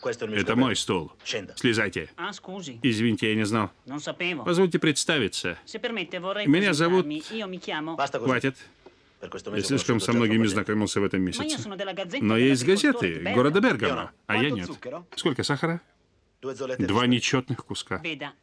Это мой стул. Слезайте. Извините, я не знал. Позвольте представиться. Меня зовут... Хватит. Я слишком со многими знакомился в этом месяце. Но я из газеты, города Бергамо, а я нет. Сколько сахара? 2 нечетных куска.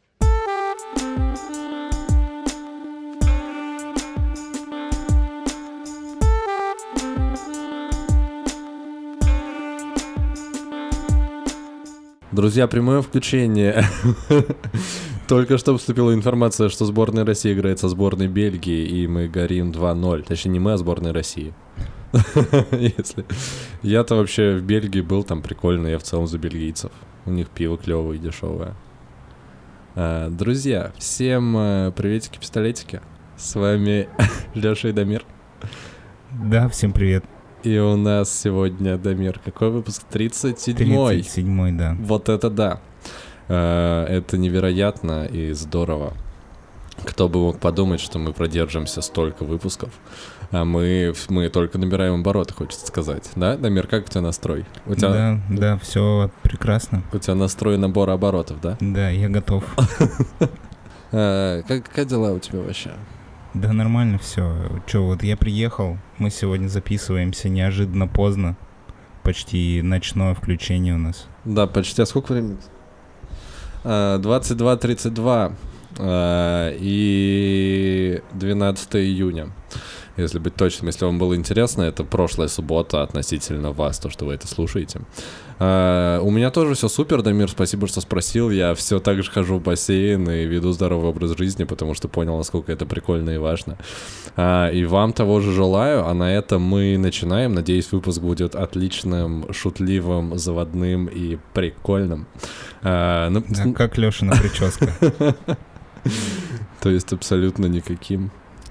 Друзья, прямое включение. Только что поступила информация, что сборная России играет со сборной Бельгии, и мы горим 2-0. Точнее, не мы, а сборная России. Если... Я-то вообще в Бельгии был, там прикольно, я в целом за бельгийцев. У них пиво клевое и дешевое. Друзья, всем приветики-пистолетики. С вами Лёша и Дамир. Да, всем привет. И у нас сегодня, Дамир, какой выпуск? 37-й. 37-й, да. Вот это да. Это невероятно и здорово. Кто бы мог подумать, что мы продержимся столько выпусков, а мы только набираем обороты, хочется сказать. Да, Дамир, как у тебя настрой? У тебя... Да, все прекрасно. У тебя настрой набора оборотов, да? Да, я готов. Как дела у тебя вообще? Да нормально все. Че, вот я приехал, мы сегодня записываемся неожиданно поздно. Почти ночное включение у нас. Да, почти. А сколько времени? 22:32 и 12 июня. Если быть точным, если вам было интересно, это прошлая суббота относительно вас, то, что вы это слушаете. У меня тоже все супер, Дамир, спасибо, что спросил. Я все так же хожу в бассейн и веду здоровый образ жизни, потому что понял, насколько это прикольно и важно. И вам того же желаю, а на этом мы начинаем. Надеюсь, выпуск будет отличным, шутливым, заводным и прикольным. Как Лёшина прическа. То есть абсолютно никаким.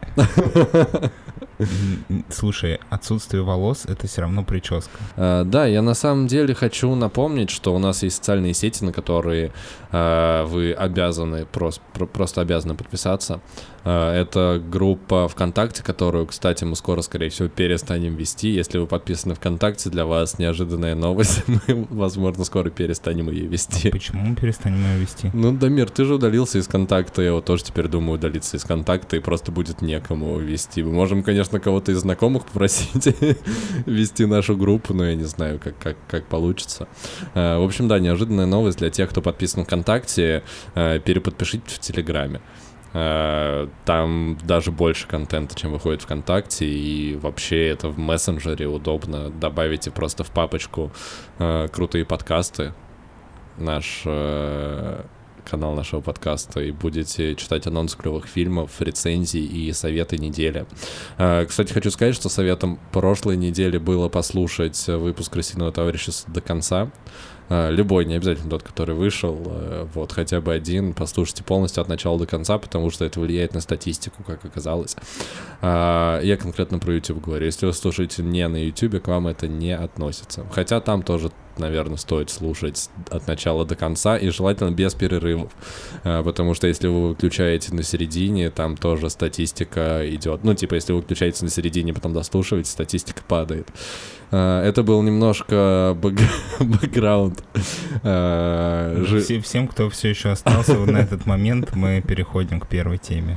Слушай, отсутствие волос — это все равно прическа. Да, я на самом деле хочу напомнить, что у нас есть социальные сети, на которые вы обязаны, просто обязаны подписаться. Это группа ВКонтакте, которую, кстати, мы скоро, скорее всего, перестанем вести. Если вы подписаны ВКонтакте, для вас неожиданная новость. Мы, возможно, скоро перестанем ее вести. Почему мы перестанем ее вести? Ну, Дамир, ты же удалился из контакта, я вот тоже теперь думаю удалиться из контакта, и просто будет некому вести. Мы можем, конечно, кого-то из знакомых попросить вести нашу группу, но я не знаю, как получится. В общем, да, неожиданная новость для тех, кто подписан ВКонтакте, переподпишитесь в Телеграме. Там даже больше контента, чем выходит ВКонтакте, и вообще это в мессенджере удобно. Добавите просто в папочку крутые подкасты, наш канал нашего подкаста, и будете читать анонс клевых фильмов, рецензий и советы недели. Кстати, хочу сказать, что советом прошлой недели было послушать выпуск «Крысиного товарищества» до конца. Любой, не обязательно тот, который вышел, вот, хотя бы один, послушайте полностью от начала до конца, потому что это влияет на статистику, как оказалось. Я конкретно про YouTube говорю. Если вы слушаете не на YouTube, к вам это не относится. Хотя там тоже, наверное, стоит слушать от начала до конца, и желательно без перерывов, потому что если вы выключаете на середине, там тоже статистика идет. Ну, типа, если вы выключаете на середине, потом дослушиваете, статистика падает. Это был немножко бэкграунд. Всем, кто все еще остался на этот момент, мы переходим к первой теме.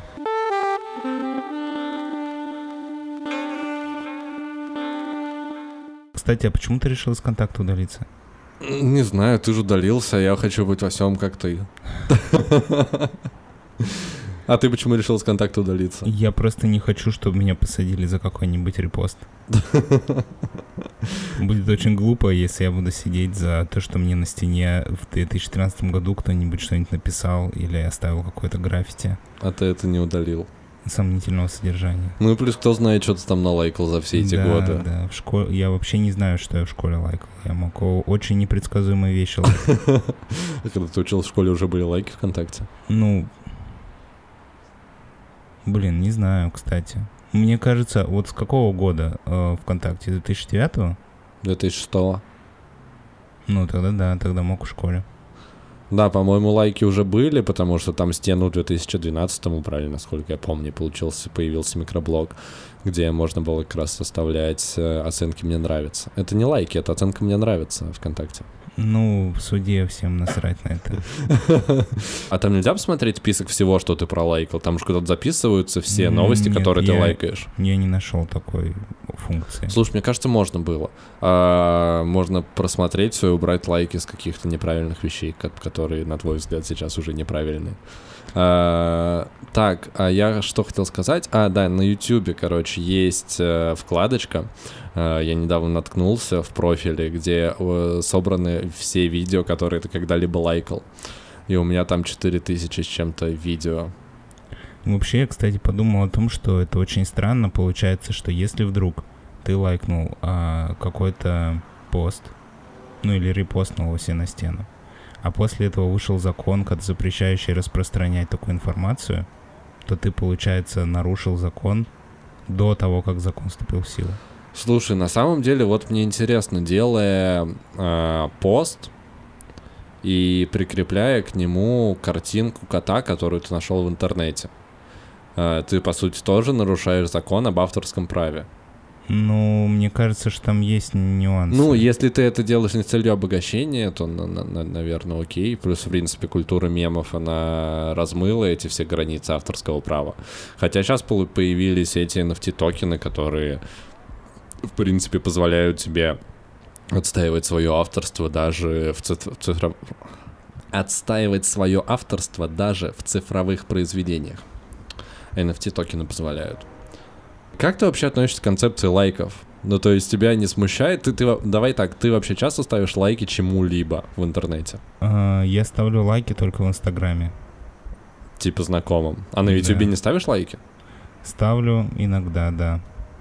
Кстати, а почему ты решил из контакта удалиться? Не знаю, ты же удалился, я хочу быть во всем, как ты. А ты почему решил с контакта удалиться? Я просто не хочу, чтобы меня посадили за какой-нибудь репост. Будет очень глупо, если я буду сидеть за то, что мне на стене в 2013 году кто-нибудь что-нибудь написал или оставил какое-то граффити. А ты это не удалил? Сомнительного содержания. Ну и плюс кто знает, что ты там налайкал за все эти годы. Да, в школе я вообще не знаю, что я в школе лайкал. Я мог очень непредсказуемые вещи лайкать. Когда ты учился в школе, уже были лайки ВКонтакте? Ну, блин, не знаю, кстати. Мне кажется, вот с какого года ВКонтакте? 2009-го? 2006-го. Ну, тогда да, тогда мог в школе. Да, по-моему, лайки уже были, потому что там стену в 2012-му, правильно, насколько я помню, появился микроблог, где можно было как раз составлять оценки «Мне нравится». Это не лайки, это оценка «Мне нравится» ВКонтакте. Ну, в суде всем насрать на это. А там нельзя посмотреть список всего, что ты пролайкал? Там же куда-то записываются все новости, которые ты лайкаешь. Я не нашел такой функции. Слушай, мне кажется, можно было. Можно просмотреть все и убрать лайки с каких-то неправильных вещей, которые, на твой взгляд, сейчас уже неправильные. Так, а я что хотел сказать? Да, на Ютубе, короче, есть вкладочка. Я недавно наткнулся в профиле, где собраны все видео, которые ты когда-либо лайкал. И у меня там 4000 с чем-то видео. Вообще, я, кстати, подумал о том, что это очень странно. Получается, что если вдруг ты лайкнул какой-то пост, ну или репостнул его себе на стену, а после этого вышел закон, запрещающий распространять такую информацию, то ты, получается, нарушил закон до того, как закон вступил в силу. Слушай, на самом деле, вот мне интересно, делая пост и прикрепляя к нему картинку кота, которую ты нашел в интернете, ты, по сути, тоже нарушаешь закон об авторском праве. Ну, мне кажется, что там есть нюансы. Ну, если ты это делаешь не с целью обогащения, то, наверное, окей. Плюс, в принципе, культура мемов, она размыла эти все границы авторского права. Хотя сейчас появились эти NFT-токены, которые, в принципе, позволяют тебе отстаивать свое авторство даже отстаивать свое авторство даже в цифровых произведениях. NFT-токены позволяют. Как ты вообще относишься к концепции лайков? Ну, то есть тебя не смущает? Давай так, ты вообще часто ставишь лайки чему-либо в интернете? Я ставлю лайки только в Инстаграме. Типа знакомым. А на Ютубе не ставишь лайки? Ставлю иногда, да.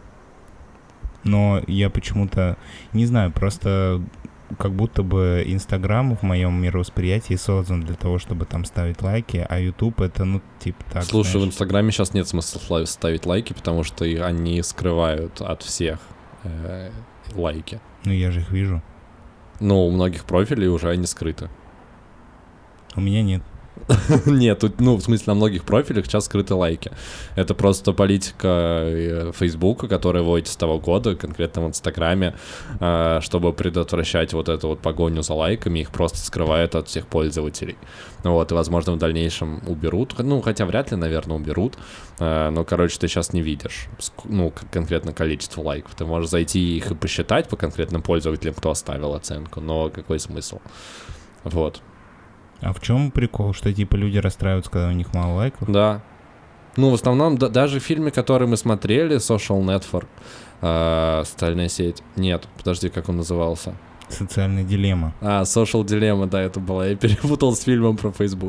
Но я почему-то, не знаю, просто как будто бы Инстаграм в моем мировосприятии создан для того, чтобы там ставить лайки, а Ютуб это, ну, типа так. Слушай, знаешь... в Инстаграме сейчас нет смысла ставить лайки, потому что они скрывают от всех лайки. Ну, я же их вижу. Ну, у многих профилей уже они скрыты. У меня нет. Нет, тут, ну, в смысле, на многих профилях сейчас скрыты лайки. Это просто политика Фейсбука, которая вводится с того года, конкретно в Инстаграме, чтобы предотвращать вот эту вот погоню за лайками, их просто скрывают от всех пользователей. Вот, и, возможно, в дальнейшем уберут, ну, хотя вряд ли, наверное, уберут, но, короче, ты сейчас не видишь, ну, конкретно количество лайков. Ты можешь зайти их и посчитать по конкретным пользователям, кто оставил оценку, но какой смысл? Вот. А в чем прикол, что типа люди расстраиваются, когда у них мало лайков? Да. Ну, в основном, даже в фильме, который мы смотрели, Social Network, социальная сеть. Нет, подожди, как он назывался? Социальная дилемма. Social Dilemma, да, это была. Я перепутал с фильмом про Facebook.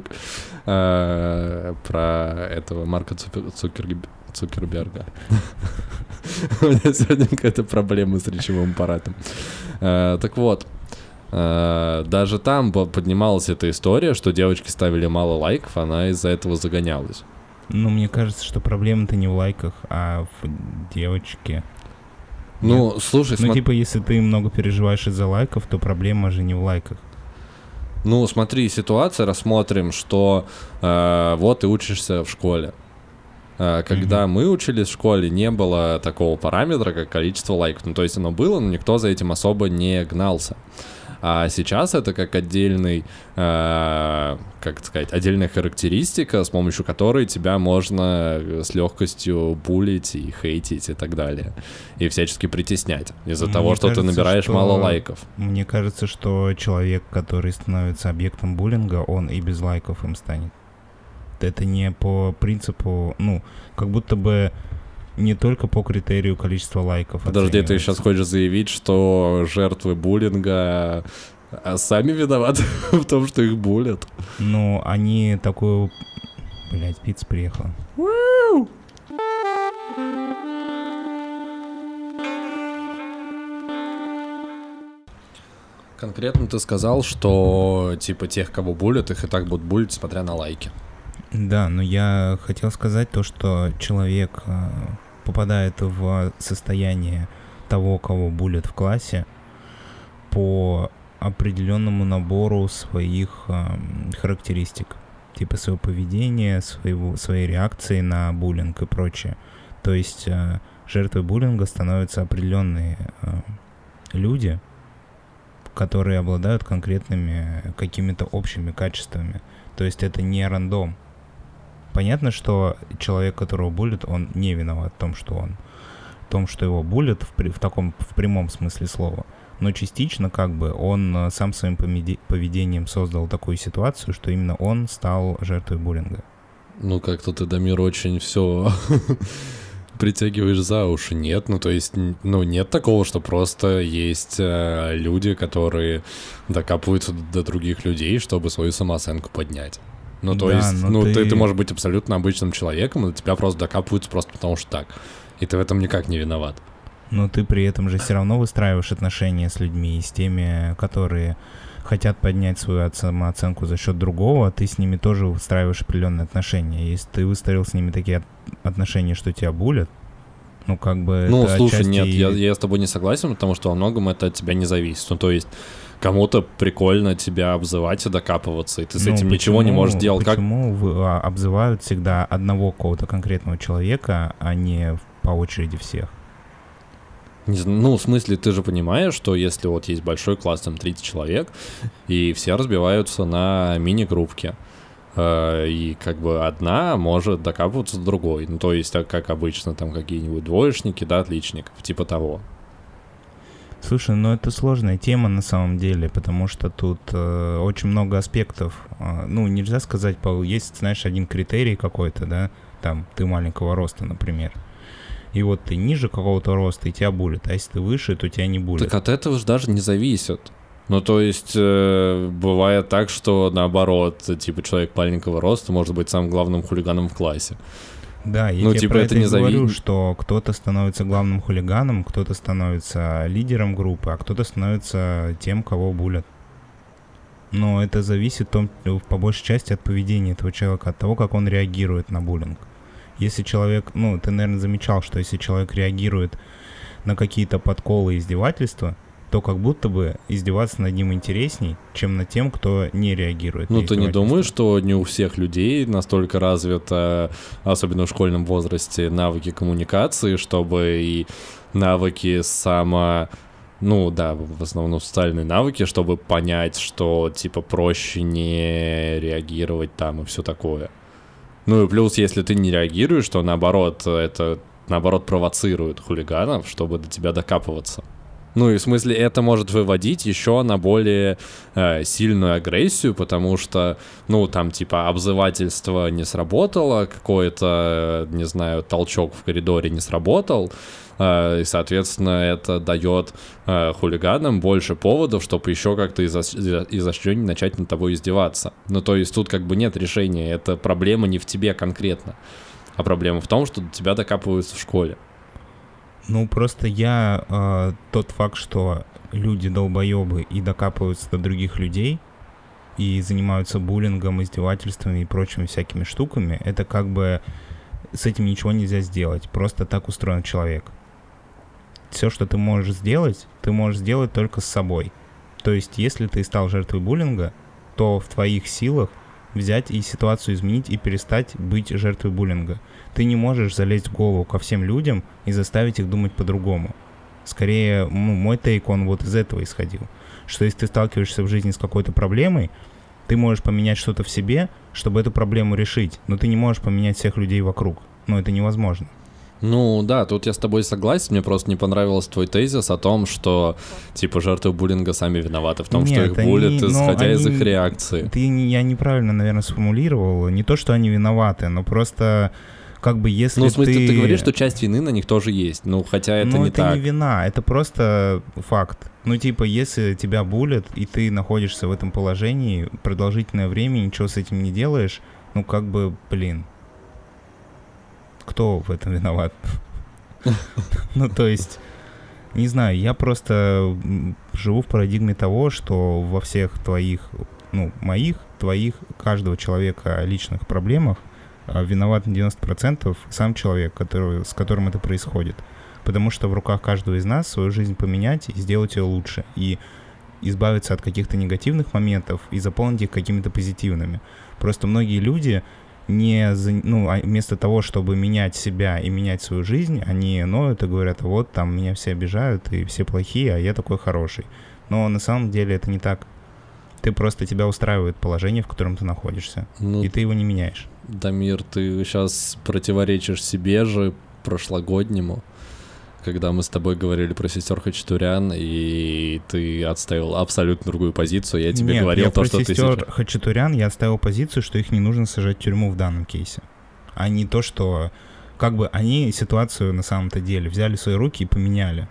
Про этого Марка Цукерберга. У меня сегодня какая-то проблема с речевым аппаратом. Так вот. Даже там поднималась эта история, что девочки ставили мало лайков, она из-за этого загонялась. Ну, мне кажется, что проблема-то не в лайках, а в девочке. Ну, нет? Слушай... Ну, типа, если ты много переживаешь из-за лайков, то проблема же не в лайках. Ну, смотри, ситуация, рассмотрим, что вот ты учишься в школе. Когда мы учились в школе, не было такого параметра, как количество лайков. Ну, то есть оно было, но никто за этим особо не гнался. А сейчас это как отдельный, как сказать, отдельная характеристика, с помощью которой тебя можно с легкостью булить и хейтить и так далее. И всячески притеснять из-за того, что ты набираешь мало лайков. Мне кажется, что человек, который становится объектом буллинга, он и без лайков им станет. Это не по принципу, ну, как будто бы не только по критерию количества лайков. Подожди, ты сейчас хочешь заявить, что жертвы буллинга сами виноваты в том, что их буллят? Ну, они такую... Блядь, пицца приехала. Конкретно ты сказал, что типа тех, кого булят, их и так будут булить, смотря на лайки. Да, но я хотел сказать то, что человек попадает в состояние того, кого булят в классе, по определенному набору своих характеристик, типа своего поведения, своей реакции на буллинг и прочее. То есть жертвой буллинга становятся определенные люди, которые обладают конкретными какими-то общими качествами. То есть это не рандом. Понятно, что человек, которого буллит, он не виноват в том, что его буллят в прямом смысле слова. Но частично как бы он сам своим поведением создал такую ситуацию, что именно он стал жертвой буллинга. Ну, как-то ты, Дамир, очень все притягиваешь за уши. Нет, ну, то есть, ну, нет такого, что просто есть люди, которые докапываются до других людей, чтобы свою самооценку поднять. Ну, то есть, ну, ты можешь быть абсолютно обычным человеком, и тебя просто докапываются просто потому что так. И ты в этом никак не виноват. Но ты при этом же все равно выстраиваешь отношения с людьми, с теми, которые хотят поднять свою самооценку за счет другого, ты с ними тоже выстраиваешь определенные отношения. Если ты выстроил с ними такие отношения, что тебя булят, ну, как бы... Ну, слушай, нет, я с тобой не согласен, потому что во многом это от тебя не зависит. Ну, то есть кому-то прикольно тебя обзывать и докапываться, и ты с этим ничего не можешь делать. Почему обзывают всегда одного какого-то конкретного человека, а не по очереди всех? Ну, в смысле, ты же понимаешь, что если вот есть большой класс, там 30 человек, и все разбиваются на мини-группки, и как бы одна может докапываться с другой. Ну, то есть, как обычно, там какие-нибудь двоечники, да, отличников, типа того. Слушай, ну это сложная тема на самом деле, потому что тут очень много аспектов. Ну, нельзя сказать, есть, знаешь, один критерий какой-то, да, там, ты маленького роста, например. И вот ты ниже какого-то роста, и тебя булят, а если ты выше, то тебя не булят. Так от этого же даже не зависит. Ну, то есть, бывает так, что наоборот, типа, человек маленького роста может быть самым главным хулиганом в классе. Да, я тебе про это не говорю, что кто-то становится главным хулиганом, кто-то становится лидером группы, а кто-то становится тем, кого булят. Но это зависит по большей части от поведения этого человека, от того, как он реагирует на буллинг. Если человек, ну, ты, наверное, замечал, что если человек реагирует на какие-то подколы и издевательства, то как будто бы издеваться над ним интересней, чем над тем, кто не реагирует. Ну, ты не думаешь, что не у всех людей настолько развито, особенно в школьном возрасте, навыки коммуникации, чтобы и навыки ну да, в основном социальные навыки, чтобы понять, что типа проще не реагировать там и все такое. Ну и плюс, если ты не реагируешь, то наоборот, это провоцирует хулиганов, чтобы до тебя докапываться. Ну и в смысле это может выводить еще на более сильную агрессию, потому что, ну там типа обзывательство не сработало, какой-то, не знаю, толчок в коридоре не сработал, и, соответственно, это дает хулиганам больше поводов, чтобы еще как-то изощреннее начать над тобой издеваться. Ну, то есть тут как бы нет решения, это проблема не в тебе конкретно, а проблема в том, что до тебя докапываются в школе. Ну, просто тот факт, что люди долбоебы и докапываются до других людей, и занимаются буллингом, издевательствами и прочими всякими штуками, это как бы с этим ничего нельзя сделать, просто так устроен человек. Все, что ты можешь сделать только с собой. То есть, если ты стал жертвой буллинга, то в твоих силах взять и ситуацию изменить и перестать быть жертвой буллинга. Ты не можешь залезть в голову ко всем людям и заставить их думать по-другому. Скорее, мой тейк, он вот из этого исходил. Что если ты сталкиваешься в жизни с какой-то проблемой, ты можешь поменять что-то в себе, чтобы эту проблему решить, но ты не можешь поменять всех людей вокруг. Ну, это невозможно. Ну да, тут я с тобой согласен, мне просто не понравился твой тезис о том, что типа жертвы буллинга сами виноваты в том, что их буллят, исходя из их реакции. Я неправильно, наверное, сформулировал. Не то, что они виноваты, но просто как бы если ну, в смысле, ты говоришь, что часть вины на них тоже есть, ну хотя это не так. Ну это не вина, это просто факт. Ну типа, если тебя буллят, и ты находишься в этом положении продолжительное время, ничего с этим не делаешь, ну как бы, блин. Кто в этом виноват? Ну, то есть, не знаю, я просто живу в парадигме того, что во всех твоих, ну, моих, твоих, каждого человека личных проблемах виноват на 90% сам человек, с которым это происходит. Потому что в руках каждого из нас свою жизнь поменять и сделать ее лучше. И избавиться от каких-то негативных моментов и заполнить их какими-то позитивными. Просто многие люди вместо того, чтобы менять себя и менять свою жизнь, они ноют и говорят: вот там меня все обижают и все плохие, а я такой хороший. Но на самом деле это не так. Тебя устраивает положение, в котором ты находишься, и ты его не меняешь. Дамир, ты сейчас противоречишь себе же прошлогоднему, когда мы с тобой говорили про сестер Хачатурян, и ты отставил абсолютно другую позицию. Я тебе говорил то, что ты сейчас... Нет, про сестер Хачатурян я отставил позицию, что их не нужно сажать в тюрьму в данном кейсе. А не то, что... они ситуацию на самом-то деле взяли в свои руки и поменяли.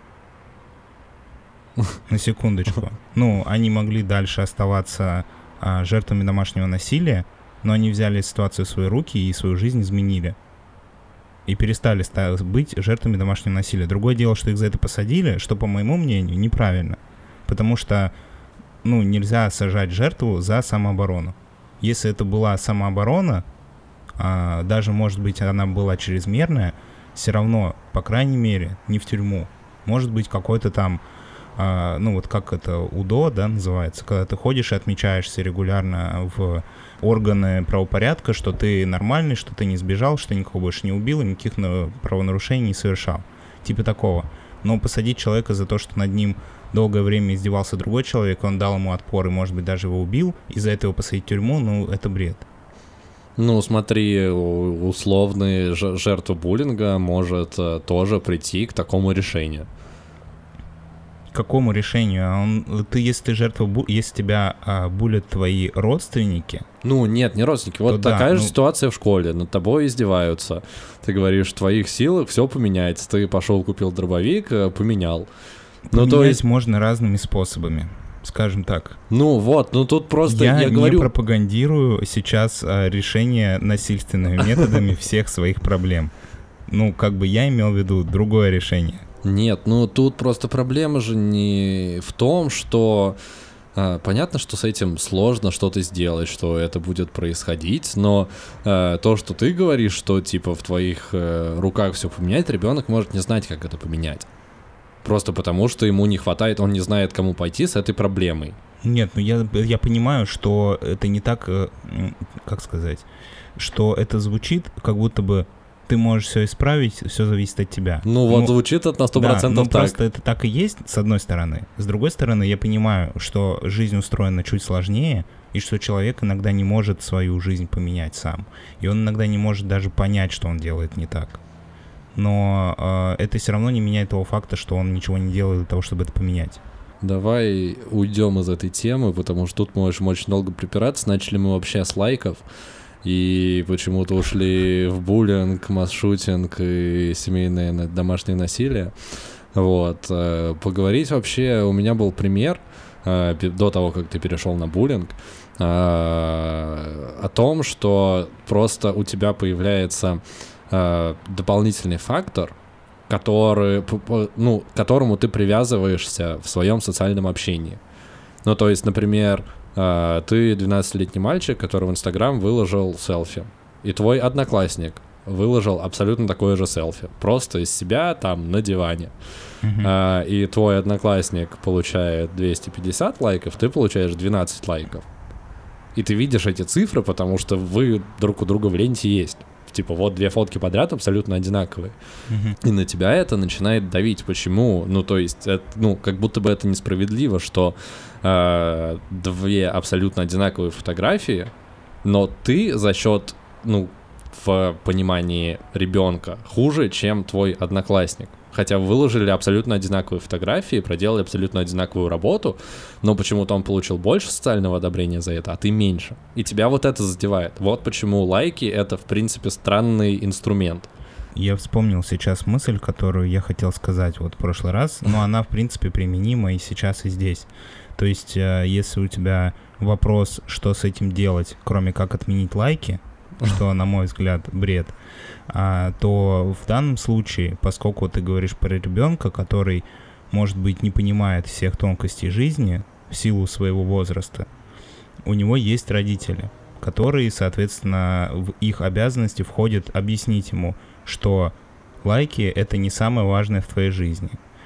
На секундочку. Они могли дальше оставаться жертвами домашнего насилия, но они взяли ситуацию в свои руки и свою жизнь изменили. И перестали быть жертвами домашнего насилия. Другое дело, что их за это посадили, что, по моему мнению, неправильно. Потому что, нельзя сажать жертву за самооборону. Если это была самооборона, даже, может быть, она была чрезмерная, все равно, по крайней мере, не в тюрьму. Может быть, какой-то там, как это, УДО, да, называется, когда ты ходишь и отмечаешься регулярно в органы правопорядка, что ты нормальный, что ты не сбежал, что никого больше не убил и никаких правонарушений не совершал. Типа такого. Но посадить человека за то, что над ним долгое время издевался другой человек, он дал ему отпор и, может быть, даже его убил, и за это его посадить в тюрьму, это бред. Смотри, условный жертва буллинга может тоже прийти к такому решению. К какому решению? Если ты жертва, если тебя булят твои родственники... Нет, не родственники. Вот такая же ситуация в школе. Над тобой издеваются. Ты говоришь, в твоих силах все поменяется. Ты пошел, купил дробовик, поменял. Поменять можно разными способами, скажем так. Тут просто я говорю... Я не пропагандирую сейчас решение насильственными методами всех своих проблем. Я имел в виду другое решение. Нет, тут просто проблема же не в том, что понятно, что с этим сложно что-то сделать, что это будет происходить, но то, что ты говоришь, что типа в твоих руках все поменять, ребенок может не знать, как это поменять. Просто потому, что ему не хватает, он не знает, кому пойти с этой проблемой. Нет, я понимаю, что это не так, как сказать, что это звучит, как будто бы ты можешь все исправить, все зависит от тебя. Звучит это на 100% так. Просто это так и есть, с одной стороны. С другой стороны, я понимаю, что жизнь устроена чуть сложнее, и что человек иногда не может свою жизнь поменять сам. И он иногда не может даже понять, что он делает не так. Но это все равно не меняет того факта, что он ничего не делает для того, чтобы это поменять. Давай уйдем из этой темы, потому что тут мы можем очень долго припираться. Начали мы вообще с лайков. И почему-то ушли в буллинг, масс-шутинг и семейное домашнее насилие. Поговорить вообще, у меня был пример до того, как ты перешел на буллинг, о том, что просто у тебя появляется дополнительный фактор, которому ты привязываешься в своем социальном общении. То есть, например, ты 12-летний мальчик, который в Инстаграм выложил селфи, и твой одноклассник выложил абсолютно такое же селфи, просто из себя там на диване. И твой одноклассник получает 250 лайков, ты получаешь 12 лайков. И ты видишь эти цифры, потому что вы друг у друга в ленте есть. Типа вот две фотки подряд абсолютно одинаковые. И на тебя это начинает давить. Почему? То есть, как будто бы это несправедливо, что две абсолютно одинаковые фотографии, но ты за счет, в понимании ребенка хуже, чем твой одноклассник. Хотя выложили абсолютно одинаковые фотографии, проделали абсолютно одинаковую работу, но почему-то он получил больше социального одобрения за это, а ты меньше. И тебя вот это задевает. Вот почему лайки — это, в принципе, странный инструмент. Я вспомнил сейчас мысль, которую я хотел сказать в прошлый раз, но она, в принципе, применима и сейчас, и здесь. То есть, если у тебя вопрос, что с этим делать, кроме как отменить лайки, что, на мой взгляд, бред, то в данном случае, поскольку ты говоришь про ребенка, который, может быть, не понимает всех тонкостей жизни в силу своего возраста, у него есть родители, которые, соответственно, в их обязанности входит объяснить ему, что лайки — это не самое важное в твоей жизни.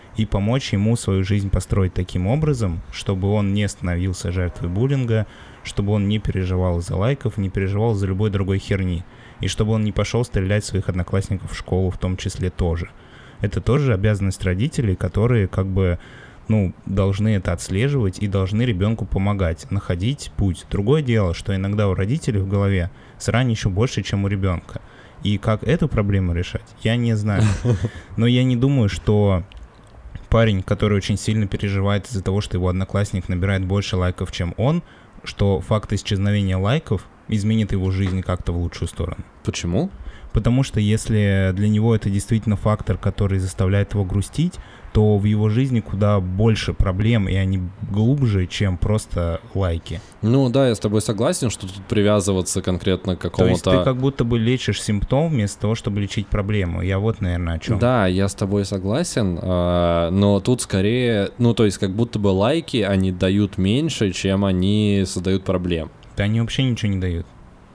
и помочь ему свою жизнь построить таким образом, чтобы он не становился жертвой буллинга, чтобы он не переживал из-за лайков, не переживал за любой другой херни, и чтобы он не пошел стрелять в своих одноклассников в школу в том числе тоже. Это тоже обязанность родителей, которые как бы, должны это отслеживать и должны ребенку помогать, находить путь. Другое дело, что иногда у родителей в голове срань еще больше, чем у ребенка. И как эту проблему решать, я не знаю. Но я не думаю, что парень, который очень сильно переживает из-за того, что его одноклассник набирает больше лайков, чем он, что факт исчезновения лайков изменит его жизнь как-то в лучшую сторону. Почему? Потому что если для него это действительно фактор, который заставляет его грустить, то в его жизни куда больше проблем, и они глубже, чем просто лайки. Да, я с тобой согласен, что тут привязываться конкретно к какому-то... То есть ты как будто бы лечишь симптом вместо того, чтобы лечить проблему. Я вот, наверное, о чем. Да, я с тобой согласен, но тут скорее... то есть как будто бы лайки, они дают меньше, чем они создают проблем. Да они вообще ничего не дают.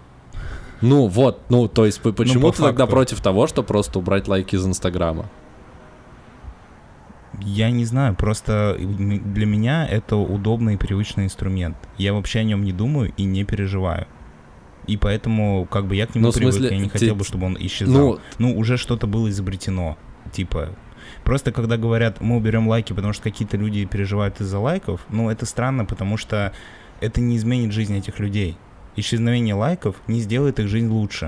То есть почему ты тогда против того, что просто убрать лайки из Инстаграма? Я не знаю, просто для меня это удобный и привычный инструмент. Я вообще о нем не думаю и не переживаю. И поэтому как бы я к нему привык, я не хотел бы, чтобы он исчезал. Уже что-то было изобретено. Просто когда говорят, мы уберем лайки, потому что какие-то люди переживают из-за лайков, это странно, потому что это не изменит жизнь этих людей. Исчезновение лайков не сделает их жизнь лучше.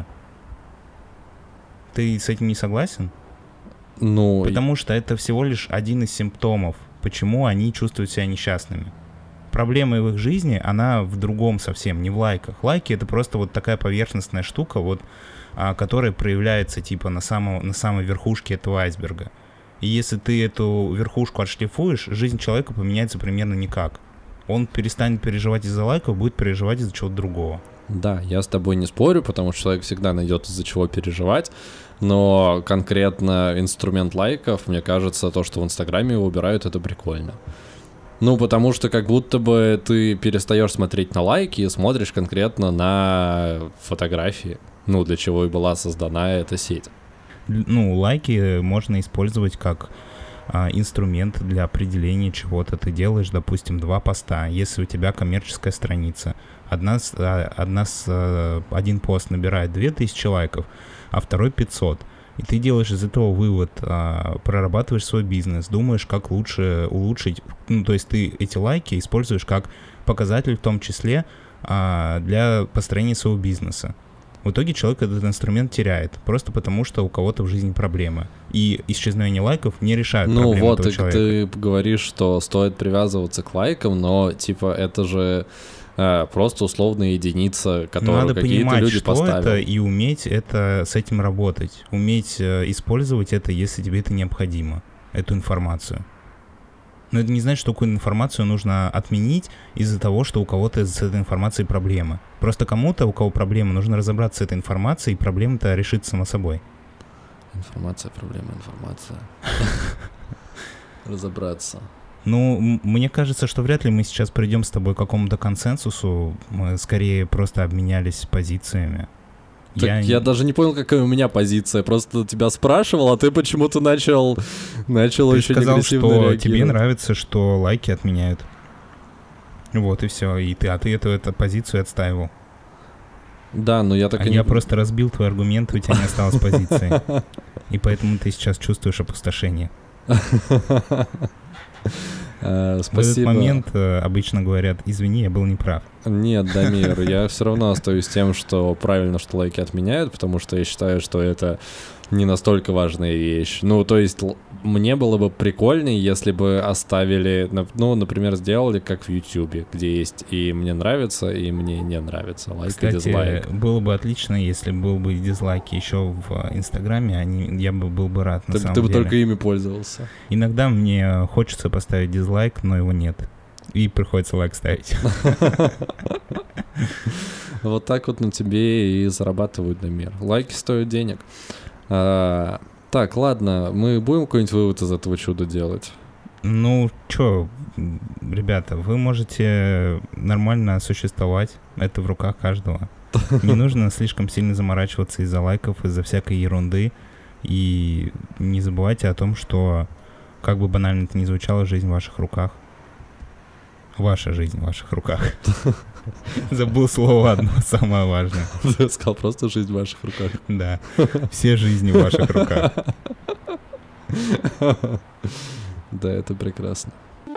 Ты с этим не согласен? Потому что это всего лишь один из симптомов, почему они чувствуют себя несчастными. Проблема в их жизни, она в другом совсем, не в лайках. Лайки — это просто вот такая поверхностная штука, которая проявляется на самой верхушке этого айсберга. И если ты эту верхушку отшлифуешь, жизнь человека поменяется примерно никак. Он перестанет переживать из-за лайков, будет переживать из-за чего-то другого. Да, я с тобой не спорю, потому что человек всегда найдет из-за чего переживать, но конкретно инструмент лайков, мне кажется, то, что в Инстаграме его убирают, это прикольно. Потому что как будто бы ты перестаешь смотреть на лайки и смотришь конкретно на фотографии, для чего и была создана эта сеть. Лайки можно использовать как инструмент для определения чего-то. Ты делаешь, допустим, 2 поста. Если у тебя коммерческая страница, один пост набирает 2000 лайков, а второй 500. И ты делаешь из этого вывод, прорабатываешь свой бизнес, думаешь, как лучше улучшить. То есть ты эти лайки используешь как показатель в том числе для построения своего бизнеса. В итоге человек этот инструмент теряет, просто потому что у кого-то в жизни проблемы. И исчезновение лайков не решает проблемы этого человека. Ты говоришь, что стоит привязываться к лайкам, но это же просто условная единица, которую какие-то люди поставили. Надо понимать, что это, и уметь с этим работать. Уметь использовать это, если тебе это необходимо, эту информацию. Но это не значит, что такую информацию нужно отменить из-за того, что у кого-то с этой информацией проблемы. Просто кому-то, у кого проблемы, нужно разобраться с этой информацией, и проблема-то решится само собой. Информация. Разобраться. Мне кажется, что вряд ли мы сейчас придем с тобой к какому-то консенсусу. Мы скорее просто обменялись позициями. Я даже не понял, какая у меня позиция. Просто тебя спрашивал, а ты почему-то начал очень агрессивно реагировать. Ты сказал, что тебе нравится, что лайки отменяют. Вот и все. А ты эту позицию отстаивал. Да, но я так и не... Я просто разбил твой аргумент, у тебя не осталось позиции. И поэтому ты сейчас чувствуешь опустошение. Спасибо. В этот момент обычно говорят: извини, я был неправ. Нет, Дамир, я все равно остаюсь тем, что правильно, что лайки отменяют, потому что я считаю, что это не настолько важная вещь. То есть мне было бы прикольнее, если бы оставили, например, сделали как в Ютубе, где есть и мне нравится, и мне не нравится, лайк и дизлайк. Кстати, было бы отлично, если был бы дизлайки еще в Инстаграме, я был бы рад, на самом деле. Ты бы только ими пользовался. Иногда мне хочется поставить дизлайк, но его нет. И приходится лайк ставить. Вот так вот на тебе и зарабатывают, Дамир. Лайки стоят денег. Так, ладно, мы будем какой-нибудь вывод из этого чуда делать? Ребята, вы можете нормально существовать, это в руках каждого. Не нужно слишком сильно заморачиваться из-за лайков, из-за всякой ерунды. И не забывайте о том, что как бы банально это ни звучало, жизнь в ваших руках. Ваша жизнь в ваших руках. Забыл слово одно, самое важное. Ты сказал просто жизнь в ваших руках. Да, все жизни в ваших руках. Да, это прекрасно.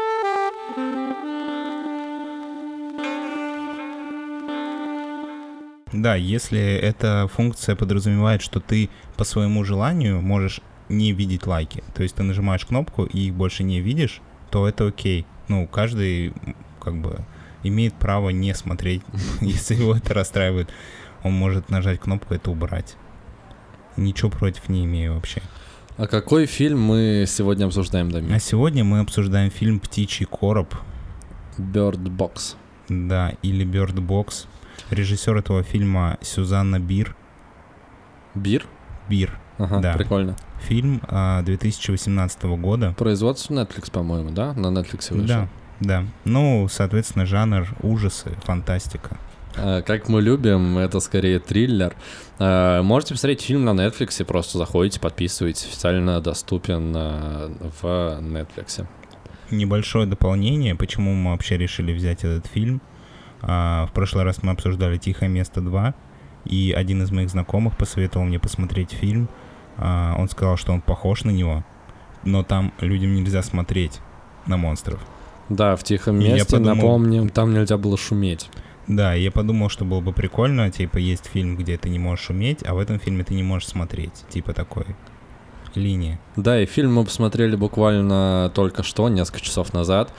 Да, если эта функция подразумевает, что ты по своему желанию можешь не видеть лайки, то есть ты нажимаешь кнопку и их больше не видишь, то это окей. Ну, каждый как бы имеет право не смотреть. Если его это расстраивает, он может нажать кнопку и это убрать. Ничего против не имею вообще. А какой фильм мы сегодня обсуждаем, Дамир? А сегодня мы обсуждаем фильм «Птичий короб». Bird Box. Да, или Bird Box. Режиссер этого фильма Сюзанна Бир. Бир? Бир. Ага, да. Прикольно. Фильм 2018 года. Производство Netflix, по-моему, да? На Netflix вышел. Да, да. Ну, соответственно, жанр ужасы, фантастика. Как мы любим, это скорее триллер. Можете посмотреть фильм на Netflix, просто заходите, подписывайтесь, официально доступен в Netflix. Небольшое дополнение, почему мы вообще решили взять этот фильм. В прошлый раз мы обсуждали «Тихое место 2», и один из моих знакомых посоветовал мне посмотреть фильм. Он сказал, что он похож на него, но там людям нельзя смотреть на монстров. Да, в «Тихом месте», напомним, там нельзя было шуметь. Да, я подумал, что было бы прикольно, типа, есть фильм, где ты не можешь шуметь, а в этом фильме ты не можешь смотреть, типа такой линии. Да, и фильм мы посмотрели буквально только что, несколько часов назад.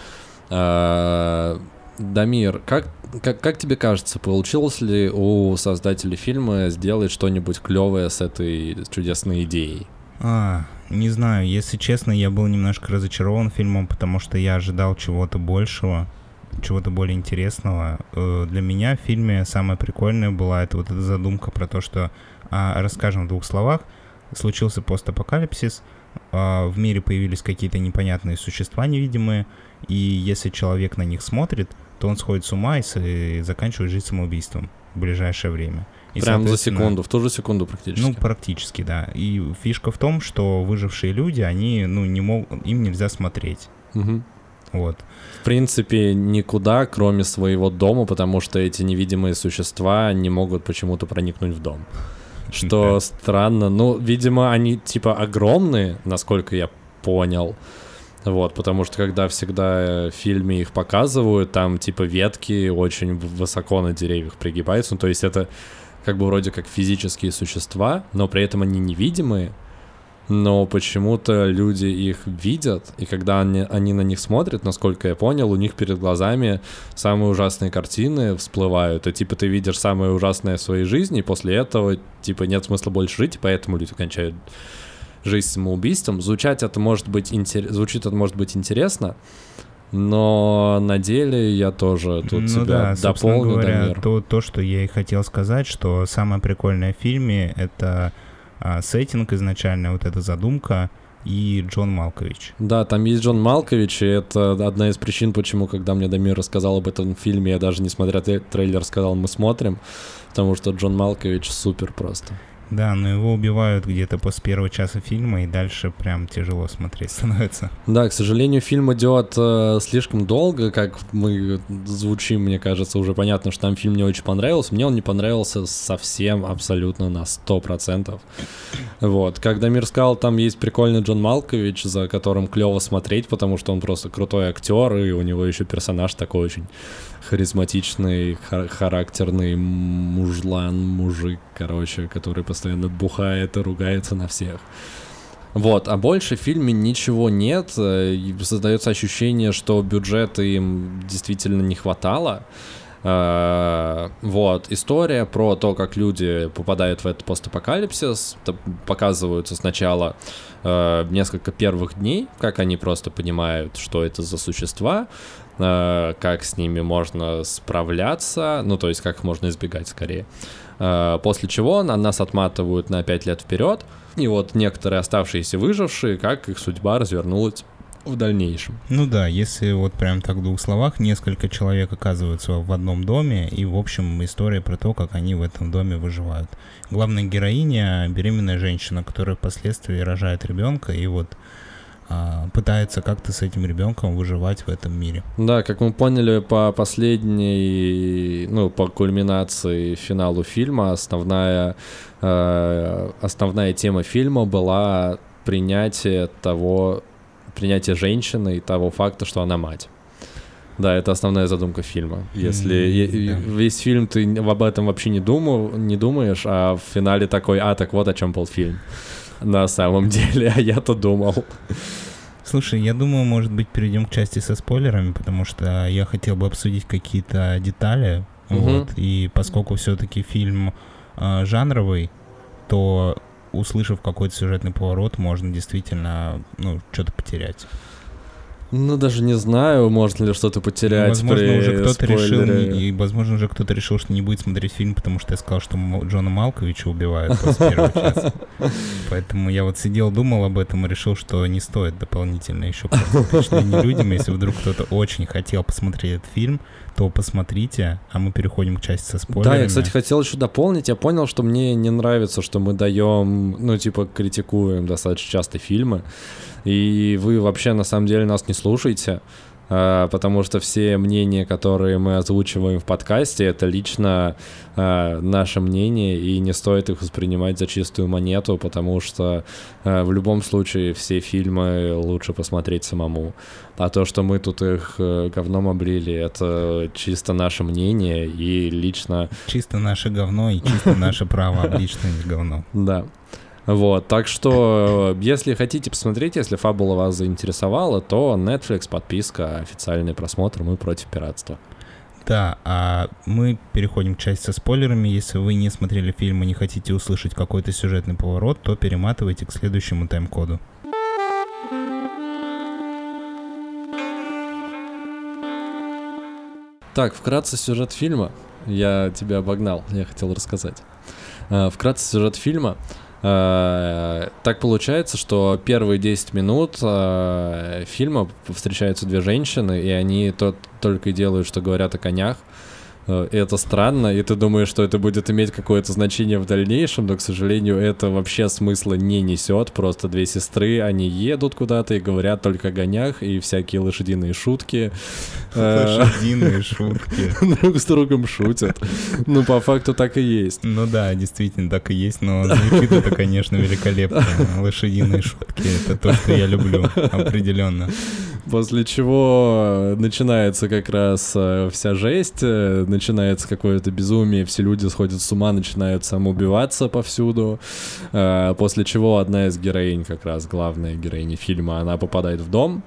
Дамир, как тебе кажется, получилось ли у создателей фильма сделать что-нибудь клевое с этой чудесной идеей? Не знаю, если честно, я был немножко разочарован фильмом, потому что я ожидал чего-то большего, чего-то более интересного. Для меня в фильме самое прикольное была это вот эта задумка про то, что, расскажем в двух словах, случился постапокалипсис, в мире появились какие-то непонятные существа невидимые, и если человек на них смотрит, то он сходит с ума и заканчивает жизнь самоубийством в ближайшее время. И, прям за секунду, в ту же секунду практически. Ну, практически, да. И фишка в том, что выжившие люди, они, не могут, им нельзя смотреть. Угу. Вот. В принципе, никуда, кроме своего дома, потому что эти невидимые существа не могут почему-то проникнуть в дом. Что странно. Ну, видимо, они типа огромные, насколько я понял. Вот, потому что когда всегда в фильме их показывают, там типа ветки очень высоко на деревьях пригибаются. Ну, то есть это как бы вроде как физические существа, но при этом они невидимые. Но почему-то люди их видят, и когда они на них смотрят, насколько я понял, у них перед глазами самые ужасные картины всплывают, и типа ты видишь самое ужасное в своей жизни, и после этого типа нет смысла больше жить, и поэтому люди кончают жизнь самоубийством. Звучит это может быть интересно, но на деле я тоже тут тебя дополню, говоря, то, что я и хотел сказать, что самое прикольное в фильме — это сеттинг изначально, вот эта задумка и Джон Малкович. Да, там есть Джон Малкович, и это одна из причин, почему, когда мне Дамир рассказал об этом фильме, я даже, несмотря на трейлер, сказал, мы смотрим, потому что Джон Малкович супер просто. Да, но его убивают где-то после первого часа фильма, и дальше прям тяжело смотреть становится. Да, к сожалению, фильм идет слишком долго, как мы звучим, мне кажется, уже понятно, что нам фильм не очень понравился. Мне он не понравился совсем, абсолютно на 100%. Вот, как Дамир сказал, там есть прикольный Джон Малкович, за которым клево смотреть, потому что он просто крутой актер, и у него еще персонаж такой очень харизматичный, характерный мужик, короче, который постоянно бухает и ругается на всех. Вот, а больше в фильме ничего нет, создается ощущение, что бюджета им действительно не хватало. Вот, история про то, как люди попадают в этот постапокалипсис, показываются сначала несколько первых дней, как они просто понимают, что это за существа, как с ними можно справляться, ну, то есть как их можно избегать скорее. После чего нас отматывают на 5 лет вперед, и вот некоторые оставшиеся выжившие, как их судьба развернулась в дальнейшем. Ну да, если вот прям так в двух словах, несколько человек оказываются в одном доме, и, в общем, история про то, как они в этом доме выживают. Главная героиня — беременная женщина, которая впоследствии рожает ребенка, и вот пытается как-то с этим ребенком выживать в этом мире. Да, как мы поняли по последней, по кульминации финалу фильма, основная тема фильма была принятие женщины и того факта, что она мать. Да, это основная задумка фильма. Если весь фильм ты об этом вообще не думаешь, а в финале такой, так вот о чем был фильм. На самом деле, а я-то думал. Слушай, я думаю, может быть, перейдем к части со спойлерами, потому что я хотел бы обсудить какие-то детали. И поскольку все-таки фильм жанровый, то, услышав какой-то сюжетный поворот, можно действительно, что-то потерять. Даже не знаю, можно ли что-то потерять. Возможно, уже кто-то решил, что не будет смотреть фильм, потому что я сказал, что Джона Малковича убивают после первого часа. Поэтому я сидел, думал об этом и решил, что не стоит дополнительно еще впечатление людям. Если вдруг кто-то очень хотел посмотреть этот фильм, то посмотрите, а мы переходим к части со спойлерами. Да, я, кстати, хотел еще дополнить. Я понял, что мне не нравится, что мы даем, критикуем достаточно часто фильмы. И вы вообще на самом деле нас не слушаете, потому что все мнения, которые мы озвучиваем в подкасте, это лично наше мнение, и не стоит их воспринимать за чистую монету, потому что в любом случае все фильмы лучше посмотреть самому. А то, что мы тут их говном облили, это чисто наше мнение и лично... Чисто наше говно и чисто наше право облить что-нибудь говно. Да. Так что, если хотите посмотреть, если фабула вас заинтересовала, то Netflix, подписка, официальный просмотр, мы против пиратства. Да, а мы переходим к части со спойлерами. Если вы не смотрели фильм и не хотите услышать какой-то сюжетный поворот, то перематывайте к следующему тайм-коду. Так, вкратце сюжет фильма. Я тебя обогнал, я хотел рассказать. Вкратце сюжет фильма. Так получается, что первые 10 минут фильма встречаются две женщины, и они только и делают, что говорят о конях. И это странно, и ты думаешь, что это будет иметь какое-то значение в дальнейшем, но, к сожалению, это вообще смысла не несет. Просто две сестры, они едут куда-то и говорят только о конях, и всякие лошадиные шутки. Лошадиные шутки. Друг с другом шутят. По факту так и есть. Да, действительно так и есть, но звучит это, конечно, великолепно. Лошадиные шутки — это то, что я люблю, определенно. После чего начинается как раз вся жесть, начинается какое-то безумие, все люди сходят с ума, начинают самоубиваться повсюду, после чего одна из героинь, как раз главная героиня фильма, она попадает в дом,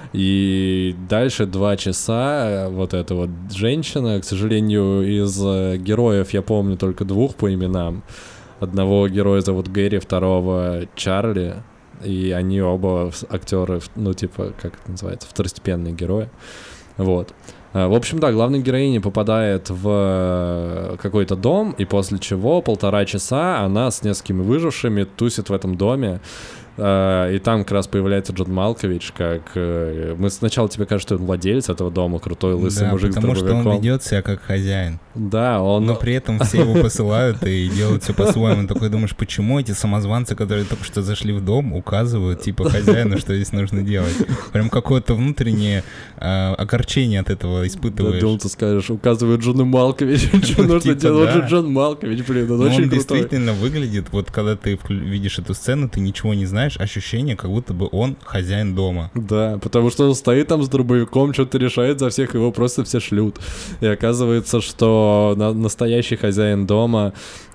и дальше 2 часа эта женщина, к сожалению, из героев я помню только 2 по именам. Одного героя зовут Гэри, второго Чарли. И они оба актеры, как это называется, второстепенные герои. В общем, да, главная героиня попадает в какой-то дом, и после чего 1,5 часа она с несколькими выжившими тусит в этом доме. И там как раз появляется Джон Малкович, мы сначала тебе кажется, что он владелец этого дома, крутой лысый мужик с дробовиком. Потому что он ведет себя как хозяин. Да, но при этом все его посылают и делают все по-своему. Такой думаешь, почему эти самозванцы, которые только что зашли в дом, указывают хозяину, что здесь нужно делать? Прям какое-то внутреннее огорчение от этого испытываешь. Да, ты скажешь, указывают Джону Малковичу, что нужно делать. Он же Джон Малкович, он очень крутой. Он действительно выглядит, когда ты видишь эту сцену, ты ничего не знаешь, ощущение, как будто бы он хозяин дома. Да, потому что он стоит там с дробовиком, что-то решает за всех, его просто все шлют. И оказывается, что настоящий хозяин дома